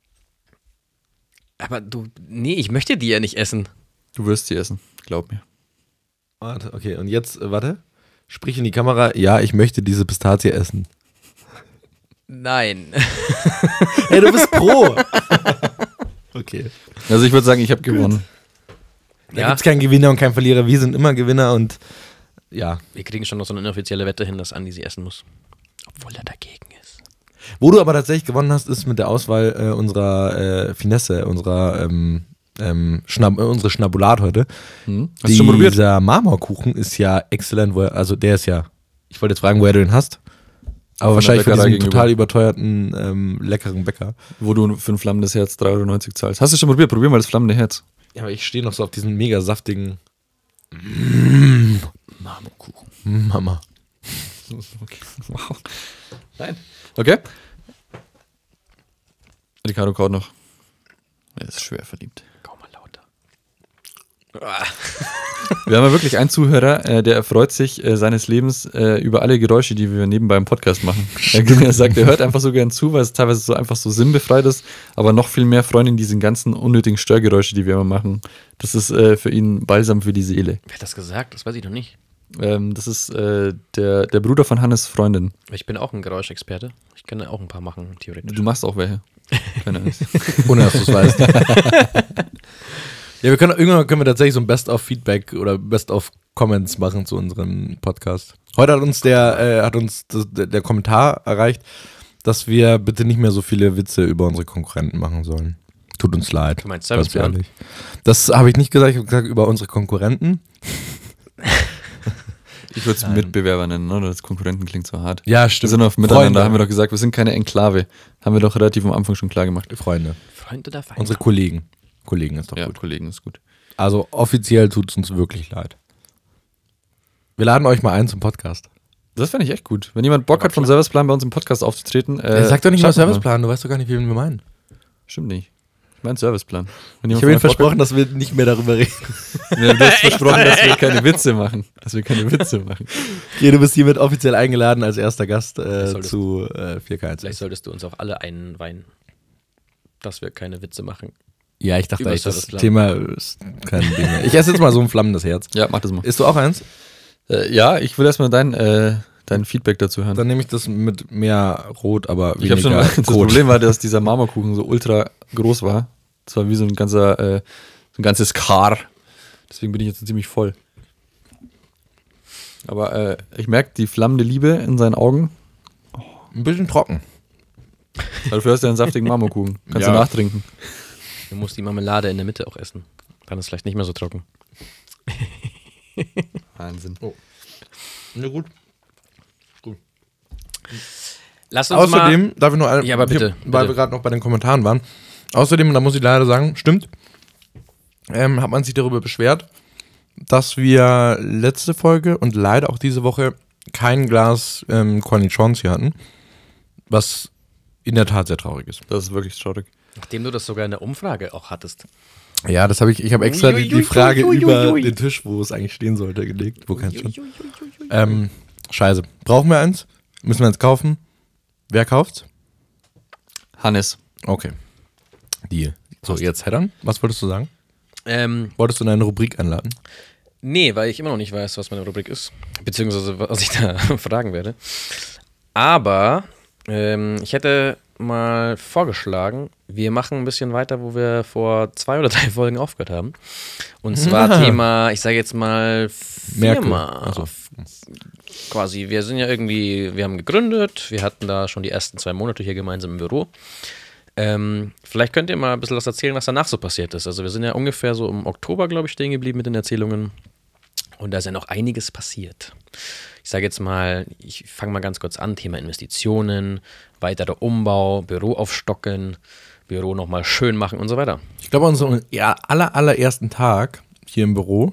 C: Aber nee, ich möchte die ja nicht essen.
D: Du wirst sie essen, glaub mir.
B: Warte, okay. Und jetzt, warte. Sprich in die Kamera. Ja, ich möchte diese Pistazie essen.
C: Nein.
B: Hey, du bist Pro. Okay.
D: Also ich würde sagen, ich habe gewonnen.
B: Da
C: Ja,
B: gibt es keinen Gewinner und keinen Verlierer. Wir sind immer Gewinner und ja.
C: wir kriegen schon noch so eine inoffizielle Wette hin, dass Andi sie essen muss. Obwohl er dagegen ist.
B: Wo du aber tatsächlich gewonnen hast, ist mit der Auswahl unserer Finesse, unserer unsere Schnabulat heute.
D: Hast du schon probiert?
B: Dieser Marmorkuchen ist ja exzellent, der ist ja, ich wollte jetzt fragen, woher du den hast, aber
D: Von
B: wahrscheinlich
D: der
B: von
D: Bäckerei
B: diesem
D: gegenüber.
B: total überteuerten, leckeren Bäcker.
D: Wo du für ein flammendes Herz 3,90 € zahlst. Hast du schon probiert? Probier mal das flammende Herz.
B: Ja, aber ich stehe noch so auf diesen mega saftigen Marmorkuchen. Mama.
D: Okay. Wow. Nein. Okay. Ricardo kaut noch. Er ist schwer verliebt.
C: Kaum mal lauter.
D: Wir haben ja wirklich einen Zuhörer, der erfreut sich seines Lebens über alle Geräusche, die wir nebenbei im Podcast machen. Er sagt, er hört einfach so gern zu, weil es teilweise so einfach so sinnbefreit ist, aber noch viel mehr freuen ihn diese ganzen unnötigen Störgeräusche, die wir immer machen. Das ist für ihn Balsam für die Seele.
C: Wer hat das gesagt? Das weiß ich noch nicht.
D: Das ist der Bruder von Hannes Freundin.
C: Ich bin auch ein Geräuschexperte. Ich kann auch ein paar machen, theoretisch.
D: Du machst auch welche. Keine Angst.
B: Ohne dass du es weißt. Ja, irgendwann können wir tatsächlich so ein Best-of-Feedback oder Best-of-Comments machen zu unserem Podcast. Heute hat uns der Kommentar erreicht, dass wir bitte nicht mehr so viele Witze über unsere Konkurrenten machen sollen. Tut uns leid.
C: Du meinst
B: ganz
C: Serviceplan?
B: ehrlich. Das habe ich nicht gesagt, ich habe gesagt über unsere Konkurrenten.
D: Ich würde es Mitbewerber nennen, oder? Das Konkurrenten klingt so hart.
B: Ja,
D: Wir
B: stimmt.
D: sind auf Miteinander,
B: Freunde.
D: haben wir doch gesagt, wir sind keine Enklave. Haben wir doch relativ am Anfang schon klar gemacht.
B: Freunde.
C: Freund oder Feind?
B: Unsere Kollegen. Kollegen ist doch
D: Ja,
B: gut.
D: Kollegen ist gut.
B: Also offiziell tut es uns wirklich leid. Wir laden euch mal ein zum Podcast.
D: Das fände ich echt gut. Wenn jemand Bock hat, von Serviceplan bei uns im Podcast aufzutreten.
B: Sag doch nicht mal
D: schreibt mir
B: Serviceplan, du weißt doch gar nicht, wie wir meinen.
D: Stimmt nicht. Ich meine Serviceplan. Wenn
B: Ich
D: jemand
B: habe Ihnen
D: von euch Bock
B: versprochen, dass wir nicht mehr darüber reden.
D: hat- Ja, du hast versprochen, dass wir keine Witze machen.
B: Okay, du bist hiermit offiziell eingeladen als erster Gast
C: solltest
B: zu 4K1.
C: Vielleicht solltest du uns auch alle einweihen, dass wir keine Witze machen.
B: Ja, ich dachte
C: Über
B: eigentlich, das
C: Serviceplan.
B: Thema ist kein Ding mehr. Ich esse jetzt mal so ein flammendes Herz.
D: Ja, mach das mal.
B: Isst du auch eins?
D: Ja, ich will erstmal dein Feedback dazu hören.
B: Dann nehme ich das mit mehr Rot, aber
D: Ich habe
B: weniger
D: schon, das
B: Kot.
D: Problem war, dass dieser Marmorkuchen so ultra groß war. Das war wie so ein ganzes Kar. Deswegen bin ich jetzt ziemlich voll. Aber ich merke die flammende Liebe in seinen Augen.
B: Ein bisschen trocken.
D: Dafür hast du einen saftigen Marmorkuchen. Kannst
B: Ja.
D: du nachtrinken.
C: Du musst die Marmelade in der Mitte auch essen. Dann ist es vielleicht nicht mehr so trocken.
D: Wahnsinn.
B: Na gut.
C: Lass uns
B: Außerdem, darf ich noch eine,
C: Ja, aber bitte,
B: weil
C: bitte.
B: wir gerade noch bei den Kommentaren waren. Außerdem, da muss ich leider sagen, stimmt, hat man sich darüber beschwert, dass wir letzte Folge und leider auch diese Woche kein Glas Cornichons hier hatten, was in der Tat sehr traurig ist.
D: Das ist wirklich traurig.
C: Nachdem du das sogar in der Umfrage auch hattest.
B: Ja, das habe ich habe extra die
C: Ui,
B: Frage
C: ui, ui,
B: über
C: ui.
B: den Tisch, wo es eigentlich stehen sollte, gelegt. Wo keins stand. Scheiße. Brauchen wir eins? Müssen wir eins kaufen? Wer kauft's?
D: Hannes.
B: Okay. Deal. So, jetzt Heddern. Was wolltest du sagen?
C: Wolltest
B: du in eine Rubrik einladen?
C: Nee, weil ich immer noch nicht weiß, was meine Rubrik ist. Beziehungsweise, was ich da fragen werde. Aber ich hätte mal vorgeschlagen, wir machen ein bisschen weiter, wo wir vor 2 oder 3 Folgen aufgehört haben. Und zwar Thema, ich sage jetzt mal Firma.
B: Also,
C: Quasi, wir sind ja irgendwie, wir haben gegründet, wir hatten da schon die ersten 2 Monate hier gemeinsam im Büro. Vielleicht könnt ihr mal ein bisschen was erzählen, was danach so passiert ist. Also wir sind ja ungefähr so im Oktober, glaube ich, stehen geblieben mit den Erzählungen. Und da ist ja noch einiges passiert. Ich sage jetzt mal, ich fange mal ganz kurz an, Thema Investitionen, weiterer Umbau, Büro aufstocken, Büro nochmal schön machen und so weiter.
B: ich glaube, an unserem allerersten Tag hier im Büro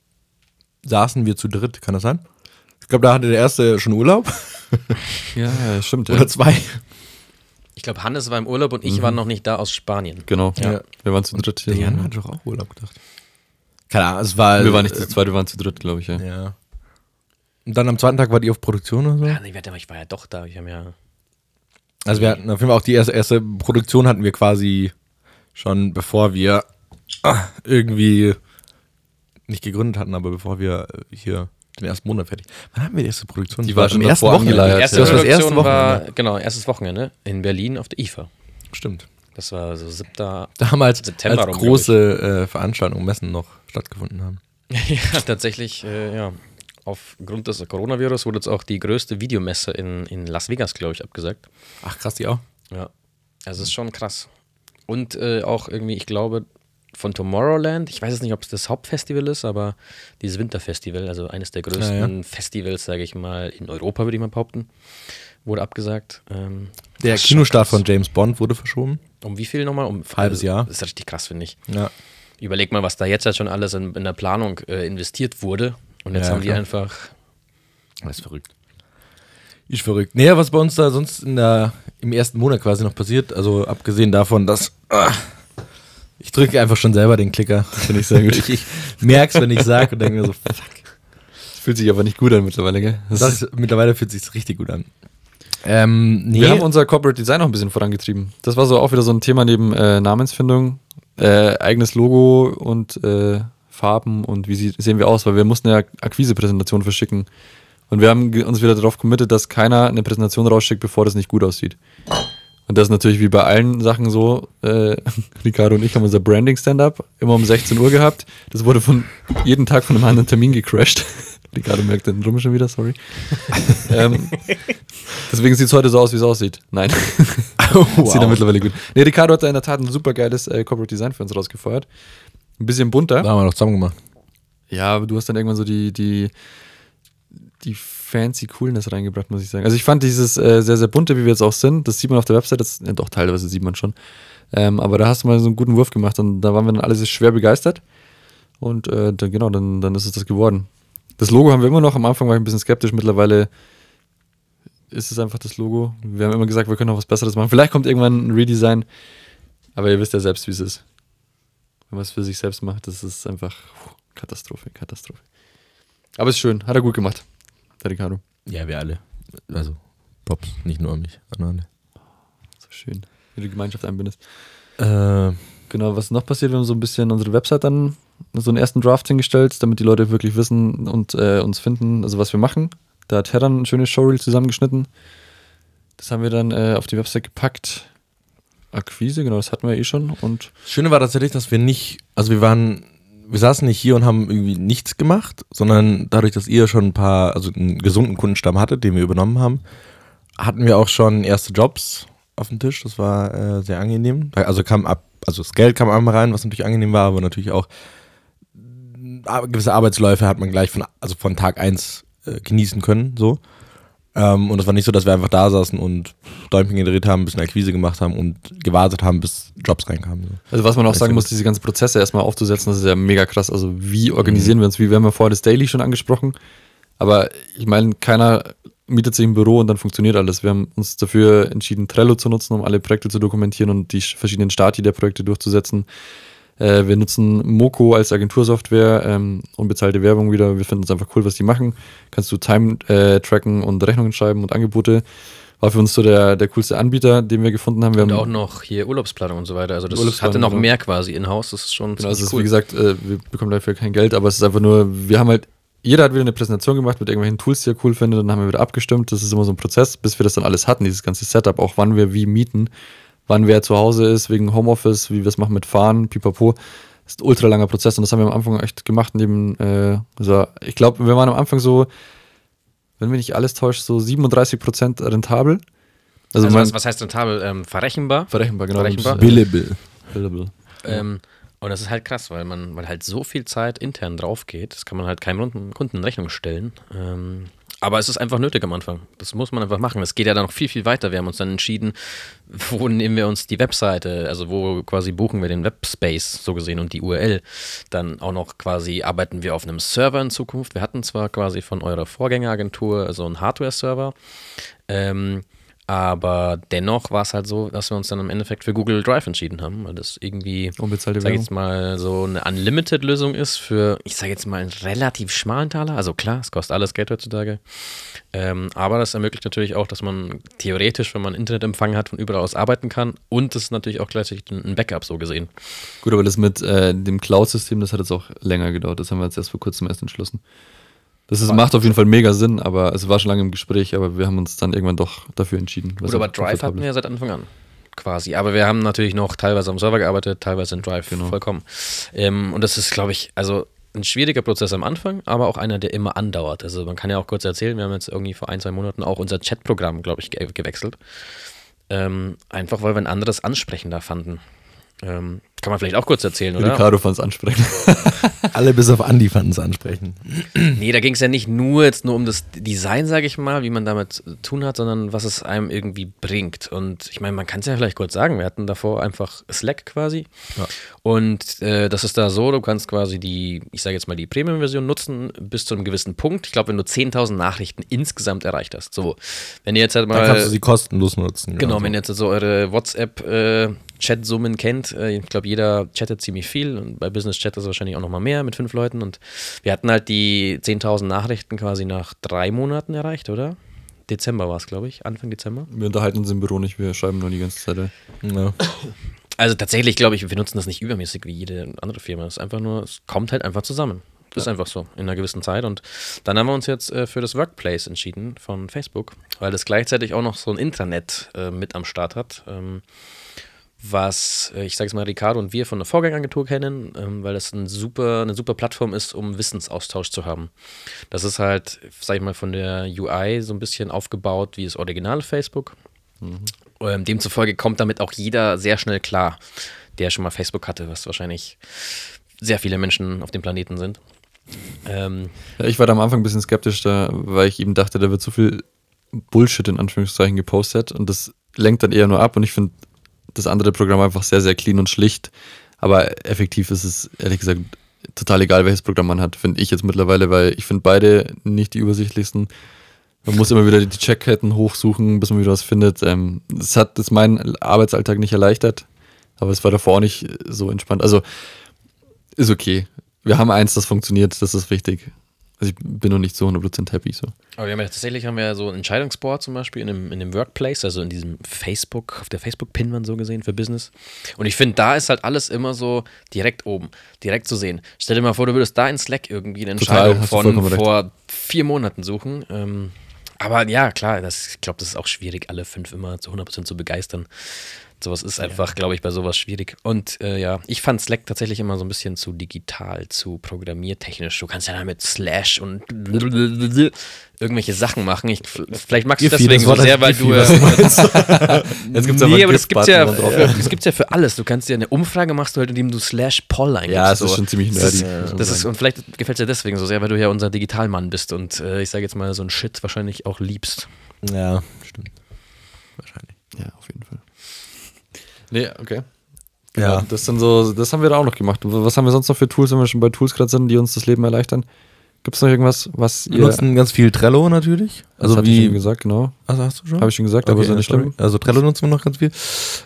B: saßen wir zu dritt. Kann das sein? Ich glaube, da hatte der erste schon Urlaub.
D: Ja, stimmt.
B: Oder 2.
C: Ich glaube, Hannes war im Urlaub und ich war noch nicht da aus Spanien.
D: Genau.
B: Ja.
D: Wir waren zu dritt hier.
B: Der Jan hat doch auch Urlaub gedacht. Keine Ahnung, es war...
D: Wir waren nicht zu zweit, wir waren zu dritt, glaube ich. Ja.
B: Ja. Und dann am zweiten Tag war die auf Produktion oder so?
C: Ah, nee, warte mal, ich war ja doch da. Ich habe ja.
B: Also wir hatten auf jeden Fall auch die erste Produktion hatten wir quasi schon, bevor wir irgendwie nicht gegründet hatten, aber bevor wir hier den ersten Monat fertig. Wann hatten wir die erste Produktion?
D: Die war schon
B: am ersten
D: davor
B: Wochenende.
D: angeleiert.
C: Die erste
B: Das war das erste
C: Produktion war,
B: Wochenende.
C: genau, erstes Wochenende in Berlin auf der IFA.
B: Stimmt.
C: Das war so 7.
B: Damals,
C: September
B: als
C: rum,
B: große Veranstaltungen, Messen noch stattgefunden haben.
C: Ja, tatsächlich, ja. Aufgrund des Coronavirus wurde jetzt auch die größte Videomesse in Las Vegas, glaube ich, abgesagt.
B: Ach krass, die auch?
C: Ja. Also es ist schon krass. Und auch irgendwie, ich glaube, von Tomorrowland, ich weiß jetzt nicht, ob es das Hauptfestival ist, aber dieses Winterfestival, also eines der größten Festivals, sage ich mal, in Europa, würde ich mal behaupten, wurde abgesagt.
B: Der Kinostart von James Bond wurde verschoben.
C: Um wie viel nochmal?
B: Halbes Jahr.
C: Das ist richtig krass, finde ich.
B: Ja.
C: Überleg mal, was da jetzt halt schon alles in der Planung investiert wurde. Und jetzt
B: Ja,
C: haben die
B: klar.
C: einfach.
B: Das ist verrückt. Ist verrückt. Naja, was bei uns da sonst im ersten Monat quasi noch passiert, also abgesehen davon, dass ich drücke einfach schon selber den Klicker. Das finde ich sehr gut. Ich merke es, wenn ich sage und denke mir so, fuck.
D: Das fühlt sich aber nicht gut an mittlerweile, gell?
B: Mittlerweile fühlt es sich richtig gut an. Nee.
D: Wir haben unser Corporate Design noch ein bisschen vorangetrieben. Das war so auch wieder so ein Thema neben Namensfindung, eigenes Logo und Farben und wie sehen wir aus, weil wir mussten ja Akquise-Präsentationen verschicken. Und wir haben uns wieder darauf committed, dass keiner eine Präsentation rausschickt, bevor das nicht gut aussieht. Und das ist natürlich wie bei allen Sachen so. Ricardo und ich haben unser Branding-Stand-Up immer um 16 Uhr gehabt. Das wurde jeden Tag von einem anderen Termin gecrashed. Ricardo merkt den Drum schon wieder, sorry. Deswegen sieht es heute so aus, wie es aussieht. Nein. Sieht er mittlerweile gut. Nee, Ricardo hat da in der Tat ein super geiles Corporate Design für uns rausgefeuert. Ein bisschen bunter.
B: Da haben wir noch zusammen gemacht.
D: Ja, aber du hast dann irgendwann so die fancy Coolness reingebracht, muss ich sagen. Also ich fand dieses sehr, sehr bunte, wie wir jetzt auch sind, das sieht man auf der Website, doch teilweise sieht man schon. Aber da hast du mal so einen guten Wurf gemacht und da waren wir dann alle schwer begeistert. Und dann ist es das geworden. Das Logo haben wir immer noch. Am Anfang war ich ein bisschen skeptisch. Mittlerweile ist es einfach das Logo. Wir haben immer gesagt, wir können noch was Besseres machen. Vielleicht kommt irgendwann ein Redesign. Aber ihr wisst ja selbst, wie es ist. Wenn man es für sich selbst macht, das ist einfach Katastrophe. Aber es ist schön. Hat er gut gemacht, der Ricardo.
B: Ja, wir alle. Also, Props, nicht nur an mich, an alle.
D: So schön, wie du die Gemeinschaft einbindest. Genau, was noch passiert, wir haben so ein bisschen unsere Website dann so einen ersten Draft hingestellt, damit die Leute wirklich wissen und uns finden, also was wir machen. Da hat Herran ein schönes Showreel zusammengeschnitten. Das haben wir dann auf die Website gepackt. Akquise, genau, das hatten wir schon. Und
B: das Schöne war tatsächlich, dass wir nicht, also wir saßen nicht hier und haben irgendwie nichts gemacht, sondern dadurch, dass ihr schon einen gesunden Kundenstamm hattet, den wir übernommen haben, hatten wir auch schon erste Jobs auf dem Tisch. Das war sehr angenehm. Also das Geld kam einmal rein, was natürlich angenehm war, aber natürlich auch gewisse Arbeitsläufe hat man gleich von Tag 1 genießen können, so. Und es war nicht so, dass wir einfach da saßen und Däumchen gedreht haben, ein bisschen Akquise gemacht haben und gewartet haben, bis Jobs reinkamen. So.
D: Also was man auch sagen muss, diese ganzen Prozesse erstmal aufzusetzen, das ist ja mega krass. Also wie organisieren wir uns? Wir haben ja vorher das Daily schon angesprochen, aber ich meine, keiner mietet sich ein Büro und dann funktioniert alles. Wir haben uns dafür entschieden, Trello zu nutzen, um alle Projekte zu dokumentieren und die verschiedenen Stati der Projekte durchzusetzen. Wir nutzen Moco als Agentursoftware, unbezahlte Werbung wieder. Wir finden es einfach cool, was die machen. Kannst du Time tracken und Rechnungen schreiben und Angebote. War für uns so der coolste Anbieter, den wir gefunden haben. Wir
C: Und
D: haben
C: auch noch hier Urlaubsplanung und so weiter. Also das hatte noch mehr quasi in-house. Das ist schon
D: genau, also
C: cool.
D: Wie gesagt, wir bekommen dafür kein Geld, aber es ist einfach nur, wir haben halt, jeder hat wieder eine Präsentation gemacht mit irgendwelchen Tools, die er cool findet, dann haben wir wieder abgestimmt. Das ist immer so ein Prozess, bis wir das dann alles hatten, dieses ganze Setup, auch wann wir wie mieten. Wann wer zu Hause ist, wegen Homeoffice, wie wir es machen mit Fahren, pipapo. Das ist ein ultra langer Prozess und das haben wir am Anfang echt gemacht. Ich glaube, wir waren am Anfang so, wenn mich nicht alles täuscht, so 37% rentabel.
C: Also was heißt rentabel? Verrechenbar?
D: Verrechenbar, genau.
C: Verrechenbar.
B: Billable.
C: Und das ist halt krass, weil halt so viel Zeit intern drauf geht. Das kann man halt keinem Kunden in Rechnung stellen. Aber es ist einfach nötig am Anfang. Das muss man einfach machen. Es geht ja dann noch viel, viel weiter. Wir haben uns dann entschieden, wo nehmen wir uns die Webseite, also wo quasi buchen wir den Webspace so gesehen und die URL. Dann auch noch quasi arbeiten wir auf einem Server in Zukunft. Wir hatten zwar quasi von eurer Vorgängeragentur so einen Hardware-Server, aber dennoch war es halt so, dass wir uns dann im Endeffekt für Google Drive entschieden haben, weil das irgendwie,
D: unbezahlte
C: sag ich jetzt mal, so eine Unlimited-Lösung ist für, ich sage jetzt mal, einen relativ schmalen Taler. Also klar, es kostet alles Geld heutzutage. Aber das ermöglicht natürlich auch, dass man theoretisch, wenn man Internetempfang hat, von überall aus arbeiten kann. Und das ist natürlich auch gleichzeitig ein Backup so gesehen.
D: Gut, aber das mit dem Cloud-System, das hat jetzt auch länger gedauert. Das haben wir jetzt erst vor kurzem entschlossen. Macht auf jeden Fall mega Sinn, aber es war schon lange im Gespräch, aber wir haben uns dann irgendwann doch dafür entschieden.
C: Gut, aber Drive hatten wir ja seit Anfang an. Quasi. Aber wir haben natürlich noch teilweise am Server gearbeitet, teilweise in Drive, genau. Vollkommen. Und das ist, glaube ich, also ein schwieriger Prozess am Anfang, aber auch einer, der immer andauert. Also man kann ja auch kurz erzählen, wir haben jetzt irgendwie vor 1-2 Monaten auch unser Chatprogramm, glaube ich, gewechselt. Einfach, weil wir ein anderes ansprechender fanden. Kann man vielleicht auch kurz erzählen, oder?
D: Ricardo fand es ansprechend.
B: Alle bis auf Andi fanden es ansprechend.
C: Nee, da ging es ja nicht nur um das Design, sage ich mal, wie man damit zu tun hat, sondern was es einem irgendwie bringt. Und ich meine, man kann es ja vielleicht kurz sagen, wir hatten davor einfach Slack quasi. Ja. Und das ist da so, du kannst quasi die Premium-Version nutzen bis zu einem gewissen Punkt. Ich glaube, wenn du 10.000 Nachrichten insgesamt erreicht hast. So, wenn ihr jetzt halt mal...
B: Dann kannst du sie kostenlos nutzen.
C: Genau, wenn ihr jetzt so eure WhatsApp Chat-Summen kennt. Ich glaube, jeder chattet ziemlich viel und bei Business Chat ist es wahrscheinlich auch nochmal mehr mit 5 Leuten und wir hatten halt die 10.000 Nachrichten quasi nach 3 Monaten erreicht, oder? Dezember war es, glaube ich, Anfang Dezember.
D: Wir unterhalten uns im Büro nicht, wir schreiben nur die ganze Zeit.
B: Ja.
C: Also tatsächlich, glaube ich, wir nutzen das nicht übermäßig wie jede andere Firma. Es ist einfach nur, es kommt halt einfach zusammen. Das ist einfach so, in einer gewissen Zeit. Und dann haben wir uns jetzt für das Workplace entschieden von Facebook, weil das gleichzeitig auch noch so ein Intranet mit am Start hat. Was, ich sage es mal, Ricardo und wir von der Vorgängeragentur kennen, weil das eine super Plattform ist, um Wissensaustausch zu haben. Das ist halt, sage ich mal, von der UI so ein bisschen aufgebaut wie das originale Facebook. Demzufolge kommt damit auch jeder sehr schnell klar, der schon mal Facebook hatte, was wahrscheinlich sehr viele Menschen auf dem Planeten sind.
D: Ich war da am Anfang ein bisschen skeptisch, weil ich eben dachte, da wird so viel Bullshit in Anführungszeichen gepostet und das lenkt dann eher nur ab und ich finde das andere Programm einfach sehr, sehr clean und schlicht, aber effektiv ist es ehrlich gesagt total egal, welches Programm man hat, finde ich jetzt mittlerweile, weil ich finde beide nicht die übersichtlichsten. Man muss immer wieder die Checkketten hochsuchen, bis man wieder was findet. Das hat jetzt meinen Arbeitsalltag nicht erleichtert, aber es war davor auch nicht so entspannt. Also ist okay. Wir haben eins, das funktioniert, das ist wichtig. Also ich bin noch nicht so 100% happy. So.
C: Aber tatsächlich haben wir so ein Entscheidungsboard zum Beispiel in dem Workplace, also in diesem Facebook, auf der Facebook-Pinwand so gesehen für Business. Und ich finde, da ist halt alles immer so direkt oben, direkt zu sehen. Stell dir mal vor, du würdest da in Slack irgendwie eine Entscheidung
D: Hast du vollkommen
C: von
D: recht.
C: vor 4 Monaten suchen. Aber ja, klar, ich glaube, das ist auch schwierig, alle 5 immer zu 100% zu begeistern. Sowas ist einfach, glaube ich, bei sowas schwierig. Und ich fand Slack tatsächlich immer so ein bisschen zu digital, zu programmiertechnisch. Du kannst ja da mit Slash und irgendwelche Sachen machen. Vielleicht magst du deswegen so sehr, weil du...
B: Jetzt gibt's
C: nee, aber
B: das
C: das gibt's ja für alles. Du kannst ja eine Umfrage machst du halt, indem du /Poll eingibst.
D: Ja, es ist schon ziemlich nerdy.
C: Und vielleicht gefällt es dir deswegen so sehr, weil du ja unser Digitalmann bist und ich sage jetzt mal so ein Shit wahrscheinlich auch liebst.
B: Ja, stimmt. Wahrscheinlich.
D: Ja, auf jeden Fall. Nee, okay.
B: Ja.
D: Ja, das haben wir da auch noch gemacht. Was haben wir sonst noch für Tools, wenn wir schon bei Tools gerade sind, die uns das Leben erleichtern? Gibt es noch irgendwas, was
B: Wir nutzen ganz viel Trello natürlich.
D: Also hatte ich schon gesagt, genau.
B: Also hast du schon?
D: Habe ich schon gesagt, aber
B: Okay,
D: ist ja nicht schlimm.
B: Also Trello nutzen wir noch ganz viel.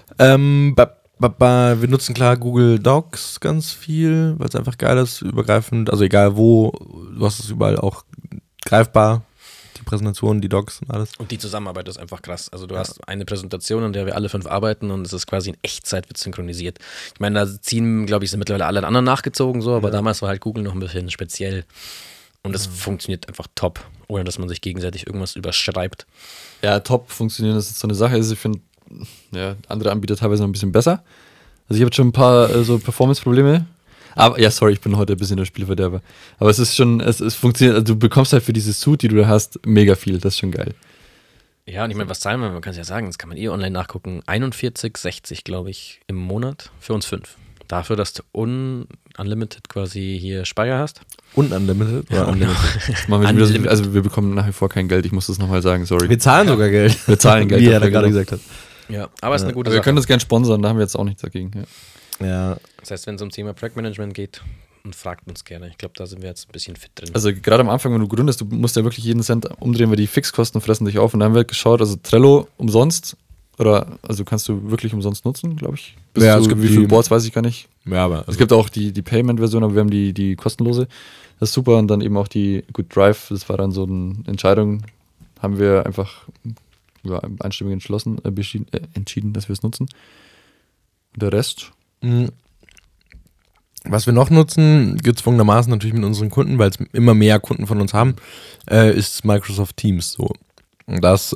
B: Wir nutzen klar Google Docs ganz viel, weil es einfach geil ist, übergreifend, also egal wo, du hast es überall auch greifbar, die Präsentationen, die Docs und alles.
C: Und die Zusammenarbeit ist einfach krass. Also du hast eine Präsentation, in der wir alle 5 arbeiten und es ist quasi in Echtzeit wird synchronisiert. Ich meine, da sind mittlerweile alle anderen nachgezogen so, aber damals war halt Google noch ein bisschen speziell. Und das funktioniert einfach top, ohne dass man sich gegenseitig irgendwas überschreibt.
D: Ja, top funktionieren, das ist so eine Sache. Also ich finde, ja, andere Anbieter teilweise noch ein bisschen besser. Also ich habe schon ein paar so Performance-Probleme. Aber ja, sorry, ich bin heute ein bisschen der Spielverderber. Aber es ist schon, es funktioniert, also du bekommst halt für diese Suite, die du da hast, mega viel. Das ist schon geil.
C: Ja, und ich meine, was zahlen wir? Man kann es ja sagen, das kann man online nachgucken. 41,60, glaube ich, im Monat für uns 5. Dafür, dass du unlimited quasi hier Speicher hast.
B: Unlimited? Oder unlimited?
D: Das machen wir schon wieder so, also wir bekommen nach wie vor kein Geld, ich muss das nochmal sagen, sorry.
B: Wir zahlen sogar Geld.
D: Wir zahlen Geld.
B: Wie er da
D: dafür,
B: gerade
D: genau.
B: gesagt hat.
C: Ja, aber es ist eine gute
D: Also wir
C: Sache.
D: können das gerne sponsern, da haben wir jetzt auch nichts dagegen. Ja.
B: Ja.
C: Das heißt, wenn es um Thema Projektmanagement geht, und fragt uns gerne. Ich glaube, da sind wir jetzt ein bisschen fit drin.
D: Also gerade am Anfang, wenn du gründest, du musst ja wirklich jeden Cent umdrehen, weil die Fixkosten fressen dich auf. Und dann haben wir geschaut, also Trello umsonst, oder also kannst du wirklich umsonst nutzen, glaube ich. Bis
B: Ja,
D: zu
B: es gibt
D: wie viele
B: die-
D: Boards, weiß ich gar nicht.
B: Ja, aber
D: Es gibt auch die Payment-Version, aber wir haben die kostenlose. Das ist super. Und dann eben auch die Good Drive, das war dann so eine Entscheidung, haben wir einfach einstimmig entschieden, dass wir es nutzen. Und der Rest,
B: was wir noch nutzen, gezwungenermaßen natürlich mit unseren Kunden, weil es immer mehr Kunden von uns haben, ist Microsoft Teams so. Und das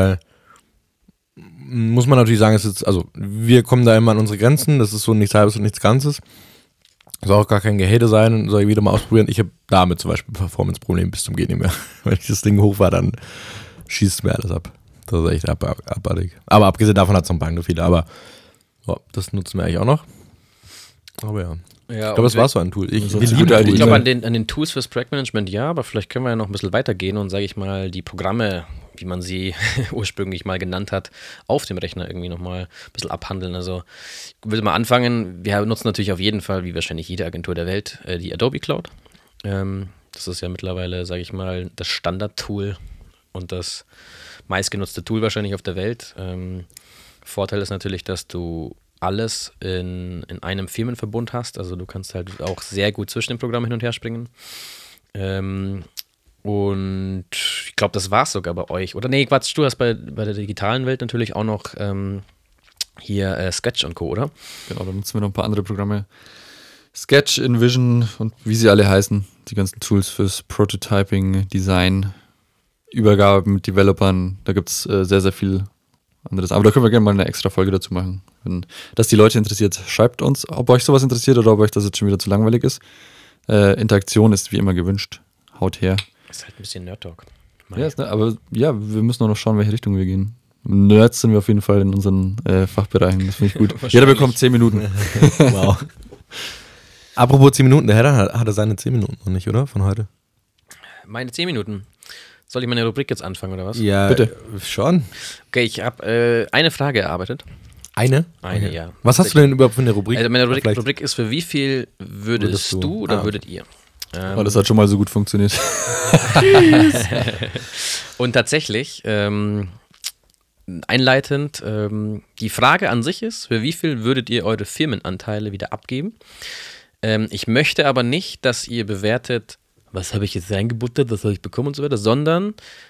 B: muss man natürlich sagen, ist jetzt, also wir kommen da immer an unsere Grenzen, das ist so nichts Halbes und nichts Ganzes. Soll auch gar kein Gehate sein und soll ich wieder mal ausprobieren. Ich habe damit zum Beispiel ein Performance-Problem bis zum Geht nicht mehr. Wenn ich das Ding hoch war, dann schießt mir alles ab. Das ist echt abartig. Aber abgesehen davon hat es noch ein paar andere viele, aber ja, das nutzen wir eigentlich auch noch. Aber ja.
C: Ja,
B: Ich glaube, das war so ein Tool.
D: So
B: Wir
D: eine
B: lieben
D: gute Idee.
C: Ich
B: Tools.
C: glaube, an den Tools fürs Projektmanagement ja, aber vielleicht können wir ja noch ein bisschen weitergehen und, sage ich mal, die Programme, wie man sie ursprünglich mal genannt hat, auf dem Rechner irgendwie nochmal ein bisschen abhandeln. Also ich würde mal anfangen, wir nutzen natürlich auf jeden Fall, wie wahrscheinlich jede Agentur der Welt, die Adobe Cloud. Das ist ja mittlerweile, sage ich mal, das Standard-Tool und das meistgenutzte Tool wahrscheinlich auf der Welt. Vorteil ist natürlich, dass du alles in einem Firmenverbund hast. Also du kannst halt auch sehr gut zwischen den Programmen hin und her springen. Und ich glaube, das war es sogar bei euch. Oder nee, Quatsch, du hast bei der digitalen Welt natürlich auch noch hier Sketch und Co., oder?
D: genau, da nutzen wir noch ein paar andere Programme. Sketch, InVision und wie sie alle heißen. Die ganzen Tools fürs Prototyping, Design, Übergabe mit Developern. Da gibt es sehr, sehr viel anderes. Aber da können wir gerne mal eine extra Folge dazu machen. Wenn das die Leute interessiert, schreibt uns, ob euch sowas interessiert oder ob euch das jetzt schon wieder zu langweilig ist. Interaktion ist wie immer gewünscht. Haut her.
C: Das ist halt ein bisschen Nerd-Talk.
D: Ja, aber ja, wir müssen auch noch schauen, welche Richtung wir gehen. Nerds sind wir auf jeden Fall in unseren Fachbereichen. Das finde ich gut. Jeder bekommt 10 Minuten.
B: Wow. Apropos 10 Minuten, der Herr hat er seine 10 Minuten noch nicht, oder? Von heute?
C: Meine 10 Minuten. Soll ich meine Rubrik jetzt anfangen, oder was?
B: Ja,
D: Bitte.
B: Schon.
C: Okay, ich habe eine Frage erarbeitet.
B: Eine?
C: Eine,
B: Okay.
C: ja.
B: Was hast du denn überhaupt für eine Rubrik?
C: Also meine
B: Vielleicht-
C: Rubrik ist, für wie viel würdest du oder würdet ihr?
D: Oh, das hat schon mal so gut funktioniert.
C: Und tatsächlich, einleitend, die Frage an sich ist, für wie viel würdet ihr eure Firmenanteile wieder abgeben? Ich möchte aber nicht, dass ihr bewertet, was habe ich jetzt reingebuttert, was habe ich bekommen und so weiter, sondern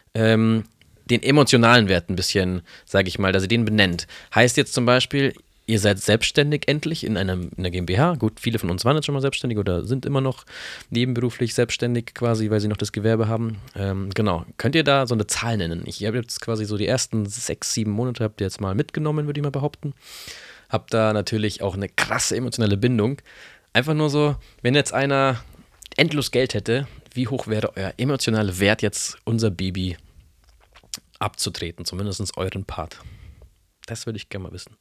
C: den emotionalen Wert ein bisschen, sage ich mal, dass ihr den benennt. Heißt jetzt zum Beispiel, ihr seid selbstständig endlich in einer GmbH. Gut, viele von uns waren jetzt schon mal selbstständig oder sind immer noch nebenberuflich selbstständig quasi, weil sie noch das Gewerbe haben. Genau. Könnt ihr da so eine Zahl nennen? Ich habe jetzt quasi so die ersten 6, 7 Monate habt ihr jetzt mal mitgenommen, würde ich mal behaupten. Habt da natürlich auch eine krasse emotionale Bindung. Einfach nur so, wenn jetzt einer endlos Geld hätte, wie hoch wäre euer emotionaler Wert jetzt, unser Baby abzutreten, zumindest euren Part? Das würde ich gerne mal wissen.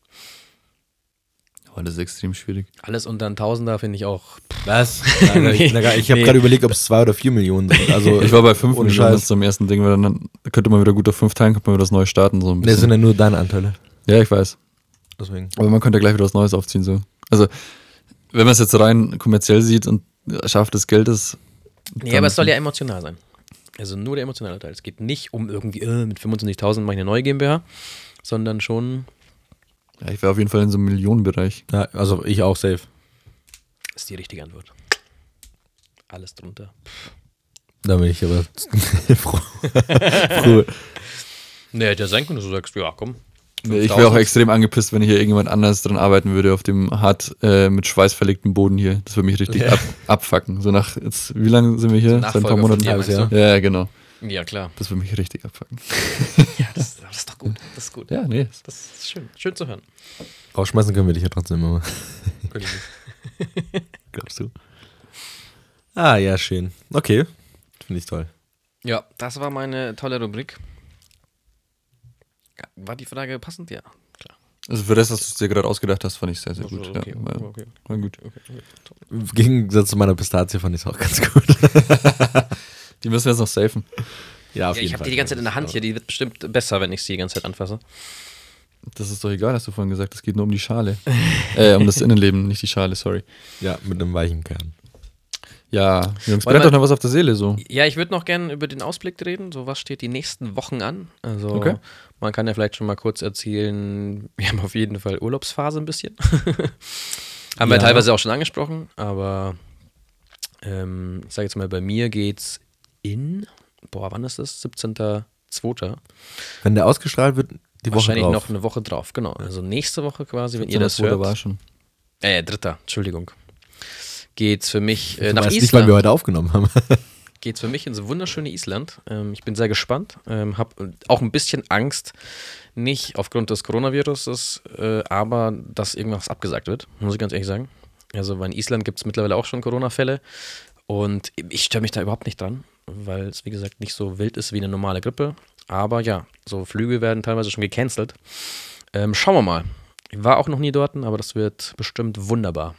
D: Oh, das ist extrem schwierig.
C: Alles unter ein Tausender finde ich auch.
B: Was? Ich habe gerade überlegt, ob es 2 oder 4 Millionen sind. Also
D: Ich war bei 5
B: ohne
D: Millionen
B: Scheiß.
D: zum ersten Ding, weil dann könnte man wieder gut auf 5 teilen, könnte man wieder das Neue starten. So ein
B: Das
D: bisschen.
B: sind ja nur deine Anteile.
D: Ja, ich weiß.
B: Deswegen.
D: Aber man könnte ja gleich wieder was Neues aufziehen. So. Also, wenn man es jetzt rein kommerziell sieht und schafft des Geldes.
C: Nee, aber es soll ja emotional sein. Also nur der emotionale Teil. Es geht nicht um irgendwie, mit 25.000 mache ich eine neue GmbH, sondern schon,
D: Ja, ich wäre auf jeden Fall in so einem Millionenbereich.
B: Ja, also ich auch safe.
C: ist die richtige Antwort. Alles drunter.
B: Da bin ich aber froh.
C: Nee, hätte ja sein können, dass du sagst, ja, komm.
D: Nee, ich wäre auch
C: 5.000.
D: extrem angepisst, wenn hier irgendjemand anders dran arbeiten würde, auf dem hart mit Schweiß verlegten Boden hier. Das würde mich richtig abfucken. So nach, jetzt, wie lange sind wir hier?
C: So
D: Seit ein paar
C: Nachfolger von
D: Monaten.
C: dir, meinst
B: Ja.
C: du?
D: Ja, genau.
C: Ja, klar.
D: Das würde mich richtig abfucken.
C: Ja, das ist doch gut. Das ist gut.
D: Ja, nee.
C: Das ist schön. Schön zu hören.
B: Rausschmeißen können wir dich ja trotzdem immer.
C: Könnte ich nicht.
B: Glaubst du? Ah, ja, schön. Okay. Finde ich toll.
C: Ja, das war meine tolle Rubrik. Ja, war die Frage passend? Ja, klar.
D: Also für das, was du dir gerade ausgedacht hast, fand ich sehr, sehr
C: Also,
D: gut.
C: okay,
D: ja, war,
C: okay.
D: war gut.
B: Im Gegensatz zu meiner Pistazie fand ich es auch ganz gut.
D: Die müssen wir jetzt noch safen.
B: Ja,
C: Ja, ich habe die die ganze Zeit in der Hand hier. Die wird bestimmt besser, wenn ich sie die ganze Zeit anfasse.
D: Das ist doch egal, hast du vorhin gesagt. Es geht nur um die Schale. Um das Innenleben, nicht die Schale, sorry.
B: Ja, mit einem weichen Kern.
D: Ja, Jungs,
C: Wollen
D: brennt
C: wir-
D: doch noch was auf der Seele so.
C: Ja, ich würde noch gerne über den Ausblick reden. So, was steht die nächsten Wochen an? Also,
D: Okay.
C: man kann ja vielleicht schon mal kurz erzählen, wir haben auf jeden Fall Urlaubsphase ein bisschen. Haben wir
B: Ja.
C: teilweise auch schon angesprochen, aber ich sage jetzt mal, bei mir geht's wann ist das? 17.02.
B: Wenn der ausgestrahlt wird, die Woche
C: Wahrscheinlich
B: drauf.
C: noch eine Woche drauf, genau. Also nächste Woche quasi, wenn ihr das hört.
D: war schon.
C: 3. Entschuldigung. Geht's für mich
B: Du
C: nach
B: weißt nicht, weil wir
C: Island.
B: heute aufgenommen haben.
C: Geht's für mich ins wunderschöne Island. Ich bin sehr gespannt. Habe auch ein bisschen Angst, nicht aufgrund des Coronaviruses, aber dass irgendwas abgesagt wird, muss ich ganz ehrlich sagen. Also weil in Island gibt es mittlerweile auch schon Corona-Fälle und ich störe mich da überhaupt nicht dran, weil es wie gesagt nicht so wild ist wie eine normale Grippe. Aber ja, so Flüge werden teilweise schon gecancelt. Schauen wir mal. Ich war auch noch nie dort, aber das wird bestimmt wunderbar.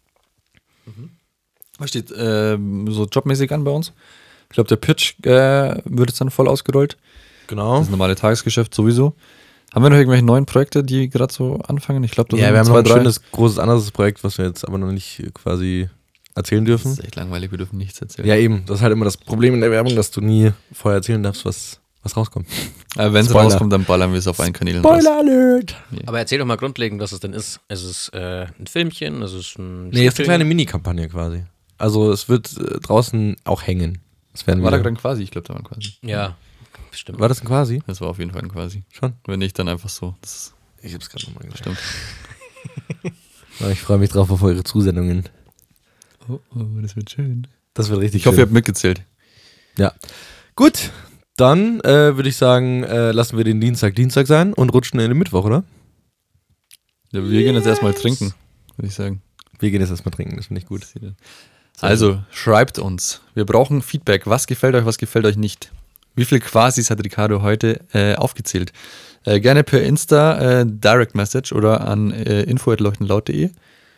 D: Was steht so jobmäßig an bei uns? Ich glaube, der Pitch wird jetzt dann voll ausgerollt.
B: Genau.
D: Das normale Tagesgeschäft sowieso. Haben wir noch irgendwelche neuen Projekte, die gerade so anfangen? Ich glaube,
B: Ja, wir haben noch ein schönes, großes anderes Projekt, was wir jetzt aber noch nicht quasi erzählen
D: Das
B: dürfen.
D: ist echt langweilig, wir dürfen nichts erzählen.
B: Ja, eben. Das ist halt immer das Problem in der Werbung, dass du nie vorher erzählen darfst, was rauskommt.
D: Aber wenn es
B: Spoiler.
D: rauskommt, dann ballern wir es auf allen Kanälen raus.
B: Alert!
C: Aber erzähl doch mal grundlegend, was es denn ist. Es ist ein Filmchen, es ist ein
B: Nee, ist eine
C: Spielfilm.
B: kleine Mini-Kampagne quasi. Also es wird draußen auch hängen. Das werden
D: War da
B: wir.
D: gerade ein Quasi? Ich glaube, da war ein Quasi.
C: Ja, bestimmt.
B: War das ein quasi?
D: Das war auf jeden Fall ein Quasi.
B: Schon?
D: Wenn nicht, dann einfach so. Das
B: Ich hab's gerade nochmal gesagt.
D: stimmt.
B: Ich freue mich drauf auf eure Zusendungen.
D: Oh, das wird schön.
B: Das wird richtig
D: Ich hoffe, ihr
B: schön.
D: habt mitgezählt.
B: Ja. Gut, dann würde ich sagen, lassen wir den Dienstag sein und rutschen in den Mittwoch, oder?
D: Ja, wir gehen jetzt erstmal trinken, würde ich sagen.
B: Wir gehen jetzt erstmal trinken, das finde ich gut.
D: Also, schreibt uns. Wir brauchen Feedback. Was gefällt euch nicht? Wie viel Quasis hat Ricardo heute aufgezählt? Gerne per Insta Direct Message oder an info@leuchtenlaut.de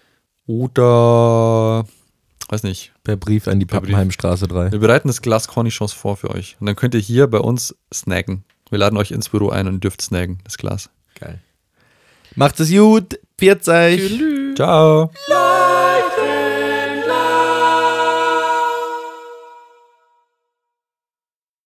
D: oder, weiß nicht,
B: Per Brief an die
D: Per Brief.
B: Pappenheimstraße 3.
D: wir bereiten das Glas Cornichons vor für euch. Und dann könnt ihr hier bei uns snacken. Wir laden euch ins Büro ein und dürft snacken, das Glas.
B: Geil. Macht es gut. Pfiat euch.
D: Ciao.
E: La